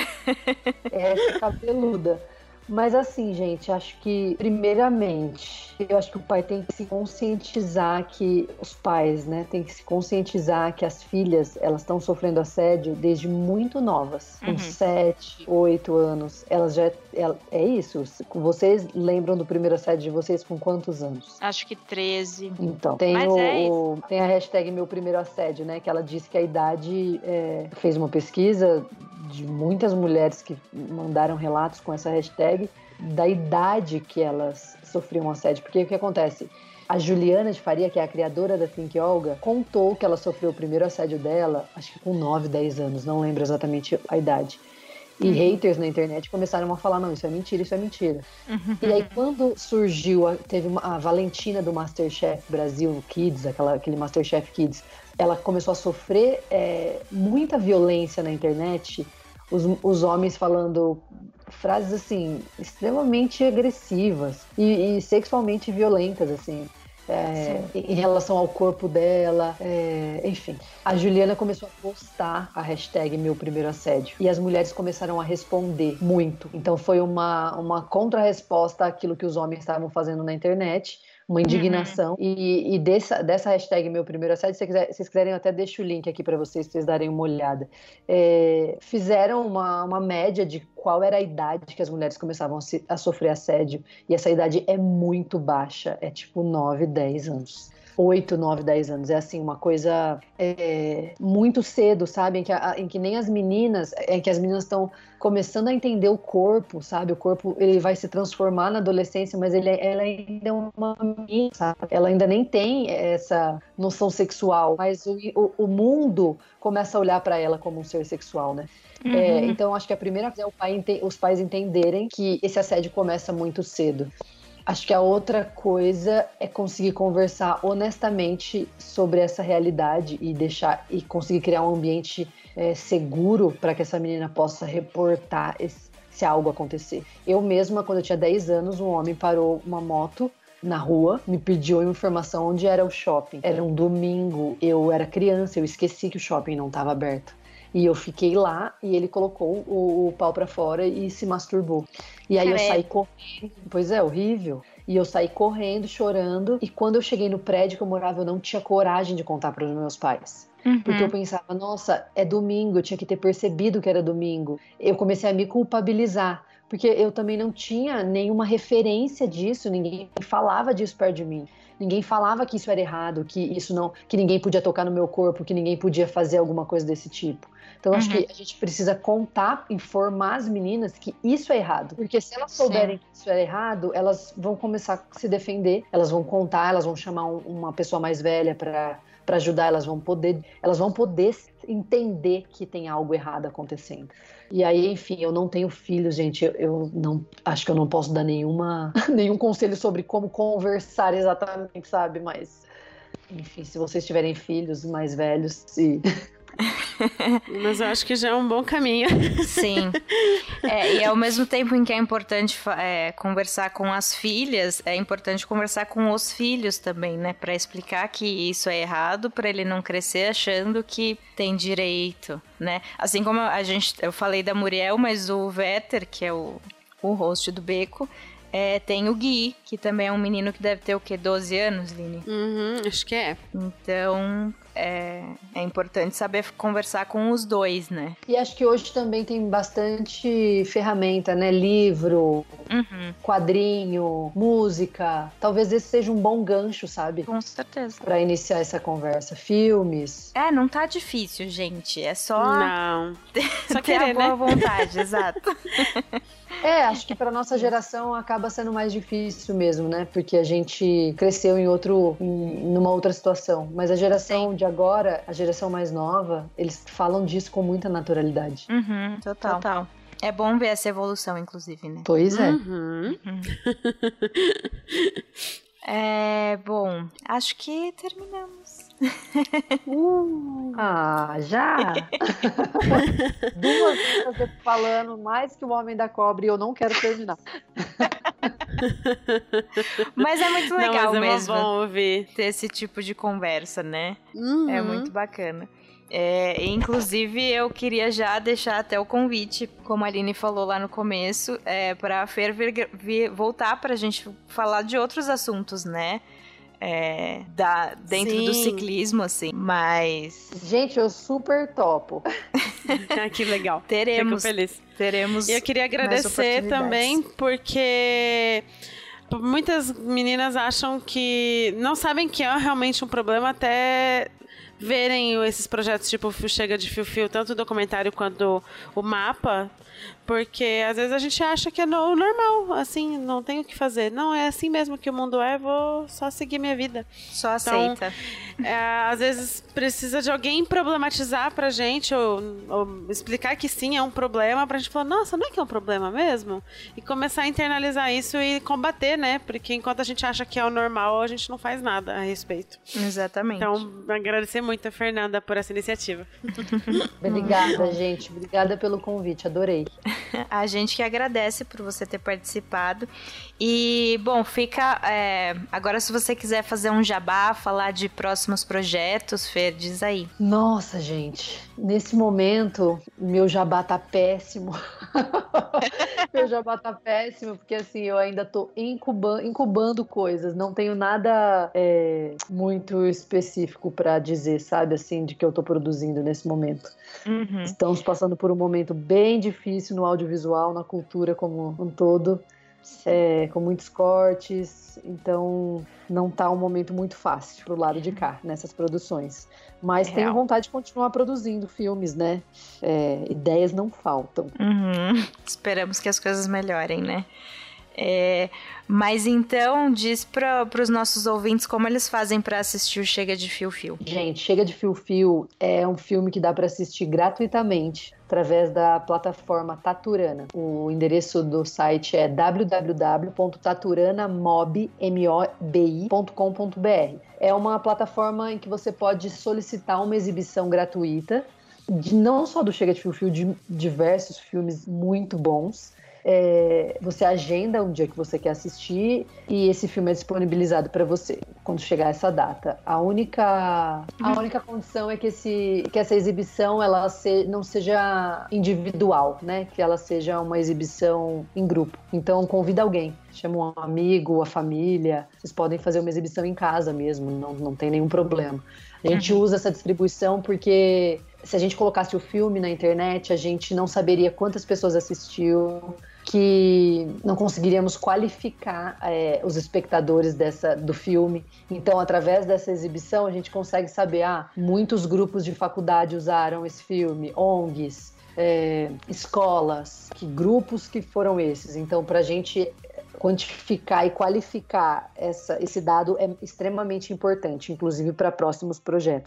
Speaker 5: É cabeluda. Mas assim, gente, acho que, primeiramente, eu acho que o pai tem que se conscientizar que, os pais, né, tem que se conscientizar que as filhas, elas estão sofrendo assédio desde muito novas. Com
Speaker 1: Uhum.
Speaker 5: sete, oito anos. Elas já, é, é isso. Vocês lembram do primeiro assédio de vocês com quantos anos?
Speaker 1: Acho que treze.
Speaker 5: Então, tem,
Speaker 1: Mas
Speaker 5: o,
Speaker 1: é
Speaker 5: o- tem a hashtag Meu Primeiro Assédio, né? Que ela disse que a idade é, fez uma pesquisa de muitas mulheres que mandaram relatos com essa hashtag da idade que elas sofriam assédio. Porque o que acontece? A Juliana de Faria, que é a criadora da Think Olga, contou que ela sofreu o primeiro assédio dela, acho que com nove, dez anos, não lembro exatamente a idade. E haters na internet começaram a falar, não, isso é mentira, isso é mentira.
Speaker 1: Uhum.
Speaker 5: E aí quando surgiu, a- teve uma, a Valentina do Masterchef Brasil Kids, aquela, aquele Masterchef Kids, ela começou a sofrer é, muita violência na internet, os, os homens falando frases assim, extremamente agressivas e, e sexualmente violentas, assim. É, em relação ao corpo dela, é, enfim. A Juliana começou a postar a hashtag Meu Primeiro Assédio e as mulheres começaram a responder muito. Então foi uma, uma contra-resposta àquilo que os homens estavam fazendo na internet, uma indignação. Uhum. E, e dessa, dessa hashtag Meu Primeiro Assédio, se quiser, vocês quiserem, eu até deixo o link aqui para vocês, pra vocês darem uma olhada. É, fizeram uma, uma média de qual era a idade que as mulheres começavam a, se, a sofrer assédio. E essa idade é muito baixa, é tipo nove, dez anos. oito, nove, dez anos. É assim, uma coisa é, muito cedo, sabe? Em que, a, em que nem as meninas, em que as meninas estão começando a entender o corpo, sabe? O corpo, ele vai se transformar na adolescência, mas ele, ela ainda é uma menina, sabe? Ela ainda nem tem essa noção sexual, mas o, o, o mundo começa a olhar para ela como um ser sexual, né? Uhum. É, então, acho que a primeira coisa é o pai, os pais entenderem que esse assédio começa muito cedo. Acho que a outra coisa é conseguir conversar honestamente sobre essa realidade e deixar e conseguir criar um ambiente é, seguro para que essa menina possa reportar esse, se algo acontecer. Eu mesma, quando eu tinha dez anos, um homem parou uma moto na rua, me pediu informação onde era o shopping. Era um domingo, eu era criança, eu esqueci que o shopping não estava aberto. E eu fiquei lá e ele colocou o, o pau pra fora e se masturbou. E aí eu saí correndo. Pois é, horrível. E eu saí correndo, chorando. E quando eu cheguei no prédio que eu morava, eu não tinha coragem de contar para os meus pais. Uhum. Porque eu pensava, nossa, é domingo, eu tinha que ter percebido que era domingo. Eu comecei a me culpabilizar. Porque eu também não tinha nenhuma referência disso, ninguém falava disso perto de mim. Ninguém falava que isso era errado, que isso não, que ninguém podia tocar no meu corpo, que ninguém podia fazer alguma coisa desse tipo. Então, eu uhum. acho que a gente precisa contar, informar as meninas que isso é errado. Porque se elas souberem Sim. que isso é errado, elas vão começar a se defender, elas vão contar, elas vão chamar um, uma pessoa mais velha para para ajudar, elas vão poder, elas vão poder entender que tem algo errado acontecendo. E aí, enfim, eu não tenho filhos, gente, eu, eu não, acho que eu não posso dar nenhuma, nenhum conselho sobre como conversar exatamente, sabe? Mas, enfim, se vocês tiverem filhos mais velhos, se
Speaker 7: Mas eu acho que já é um bom caminho.
Speaker 1: Sim. É, e ao mesmo tempo em que é importante é, conversar com as filhas, é importante conversar com os filhos também, né? Pra explicar que isso é errado, pra ele não crescer achando que tem direito, né? Assim como a gente, eu falei da Muriel, mas o Vetter, que é o, o host do Beco, É, tem o Gui, que também é um menino que deve ter o quê? doze anos, Lini?
Speaker 7: Uhum, acho que é.
Speaker 1: Então, é, é importante saber conversar com os dois, né?
Speaker 5: E acho que hoje também tem bastante ferramenta, né? Livro, uhum. quadrinho, música. Talvez esse seja um bom gancho, sabe?
Speaker 1: Com certeza.
Speaker 5: Pra iniciar essa conversa. Filmes.
Speaker 1: É, não tá difícil, gente. É só...
Speaker 7: Não. Só
Speaker 1: ter
Speaker 7: querer,
Speaker 1: a boa
Speaker 7: né?
Speaker 1: vontade, exato.
Speaker 5: É, acho que para nossa geração acaba sendo mais difícil mesmo, né? Porque a gente cresceu em outro, em, numa outra situação. Mas a geração Sim. de agora, a geração mais nova, eles falam disso com muita naturalidade.
Speaker 1: Uhum, total. total. É bom ver essa evolução, inclusive, né?
Speaker 5: Pois é.
Speaker 7: Uhum.
Speaker 1: Uhum. É, bom, acho que terminamos.
Speaker 5: Uh, ah, já? Duas vezes falando mais que o Homem da Cobra e eu não quero terminar.
Speaker 1: Mas é muito legal
Speaker 7: não, mas é
Speaker 1: mesmo
Speaker 7: bom ouvir.
Speaker 1: ter esse tipo de conversa, né?
Speaker 7: Uhum.
Speaker 1: É muito bacana. É, inclusive, eu queria já deixar até o convite, como a Aline falou lá no começo, é, para a Fer vir, vir, voltar para a gente falar de outros assuntos, né? É, da, dentro Sim. do ciclismo, assim, mas...
Speaker 5: Gente, eu super topo.
Speaker 7: Ah, que legal.
Speaker 1: Teremos.
Speaker 7: Fico feliz.
Speaker 1: Teremos.
Speaker 7: E eu queria agradecer também, porque... muitas meninas acham que... não sabem que é realmente um problema até... verem esses projetos tipo Chega de Fio Fio, tanto o documentário quanto o mapa, porque às vezes a gente acha que é no, normal, assim, não tem o que fazer. Não, é assim mesmo que o mundo é, vou só seguir minha vida.
Speaker 1: Só aceita.
Speaker 7: Então, é, às vezes precisa de alguém problematizar pra gente, ou, ou explicar que sim, é um problema, pra gente falar, nossa, não é que é um problema mesmo? E começar a internalizar isso e combater, né? Porque enquanto a gente acha que é o normal, a gente não faz nada a respeito.
Speaker 1: Exatamente.
Speaker 7: Então, agradecer muito a Fernanda por essa iniciativa.
Speaker 5: Obrigada, gente. Obrigada pelo convite, adorei.
Speaker 1: A gente que agradece por você ter participado. E, bom, fica... É, agora, se você quiser fazer um jabá, falar de próximos projetos, Fer, diz aí.
Speaker 5: Nossa, gente. Nesse momento, meu jabá tá péssimo. Meu jabá tá péssimo, porque, assim, eu ainda tô incubando, incubando coisas. Não tenho nada é, muito específico pra dizer, sabe, assim, de que eu tô produzindo nesse momento.
Speaker 1: Uhum.
Speaker 5: Estamos passando por um momento bem difícil no audiovisual, na cultura como um todo, é, com muitos cortes, então não tá um momento muito fácil pro lado de cá, nessas produções. Mas
Speaker 1: é
Speaker 5: tenho
Speaker 1: real.
Speaker 5: vontade de continuar produzindo filmes, né? É, ideias não faltam.
Speaker 1: Uhum. Esperamos que as coisas melhorem, né? É, mas então, diz para os nossos ouvintes como eles fazem para assistir o Chega de Fio Fio.
Speaker 5: Gente, Chega de Fio Fio é um filme que dá para assistir gratuitamente através da plataforma Taturana. O endereço do site é w w w ponto taturana mob ponto com ponto b r. É uma plataforma em que você pode solicitar uma exibição gratuita, de, não só do Chega de Fio Fio, de diversos filmes muito bons. É, você agenda um dia que você quer assistir e esse filme é disponibilizado para você quando chegar essa data. A única, a única condição é que, esse, que essa exibição ela se, não seja individual, né? Que ela seja uma exibição em grupo. Então convida alguém, chama um amigo, a família. Vocês podem fazer uma exibição em casa mesmo, não, não tem nenhum problema. A gente uhum. usa essa distribuição porque se a gente colocasse o filme na internet, a gente não saberia quantas pessoas assistiu, que não conseguiríamos qualificar é, os espectadores dessa, do filme. Então, através dessa exibição, a gente consegue saber, ah, muitos grupos de faculdade usaram esse filme, O N Gs, é, escolas, que grupos que foram esses. Então, para a gente quantificar e qualificar essa, esse dado é extremamente importante, inclusive para próximos projetos.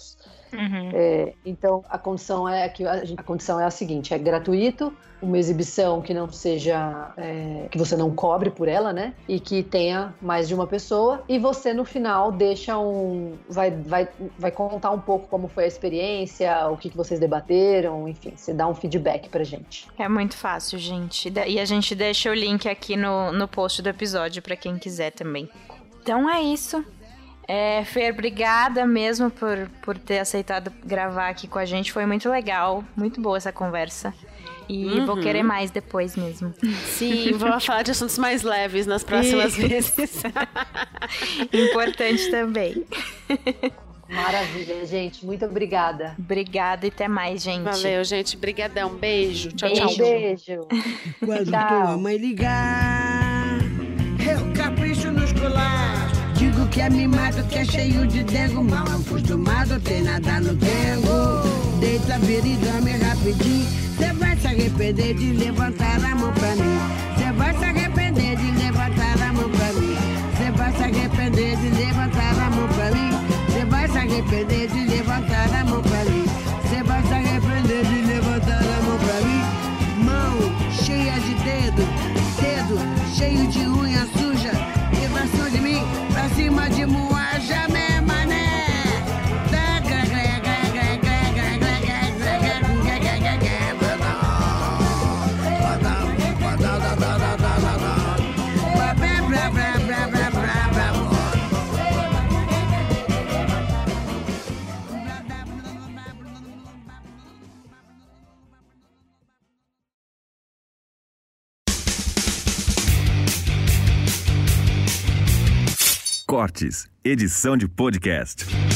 Speaker 5: Uhum. É, então a condição é que a, a condição é a seguinte: é gratuito, uma exibição que não seja é, que você não cobre por ela, né? E que tenha mais de uma pessoa. E você no final deixa um, vai, vai, vai contar um pouco como foi a experiência, o que, que vocês debateram, enfim, você dá um feedback pra gente.
Speaker 1: É muito fácil, gente. E a gente deixa o link aqui no, no post do episódio pra quem quiser também. Então é isso. É, Fer, obrigada mesmo por, por ter aceitado gravar aqui com a gente. Foi muito legal, muito boa essa conversa. E uhum. vou querer mais depois mesmo.
Speaker 7: Sim, vamos falar de assuntos mais leves nas próximas vezes.
Speaker 1: Importante também.
Speaker 5: Maravilha, gente. Muito obrigada.
Speaker 1: Obrigada e até mais, gente.
Speaker 7: Valeu, gente. Brigadão. Beijo. Tchau,
Speaker 5: beijo,
Speaker 7: tchau.
Speaker 5: Beijo.
Speaker 11: Quando tua mãe ligar, eu capricho nos colares. Digo que é mimado, que é cheio de dengo. Mal acostumado, tem nada no dengo. Deita, vira e dorme rapidinho. Cê vai se arrepender de levantar a mão pra mim. Cê vai se arrepender de levantar a mão pra mim. Cê vai se arrepender de levantar a mão pra mim. Cê vai se arrepender de levantar a mão pra mim. Cê vai se arrepender de levantar a mão pra mim. Mão cheia de dedo, dedo cheio de unha suja. E pra cima de mim, pra cima de moaja, né, mané?
Speaker 6: Cortes, edição de podcast.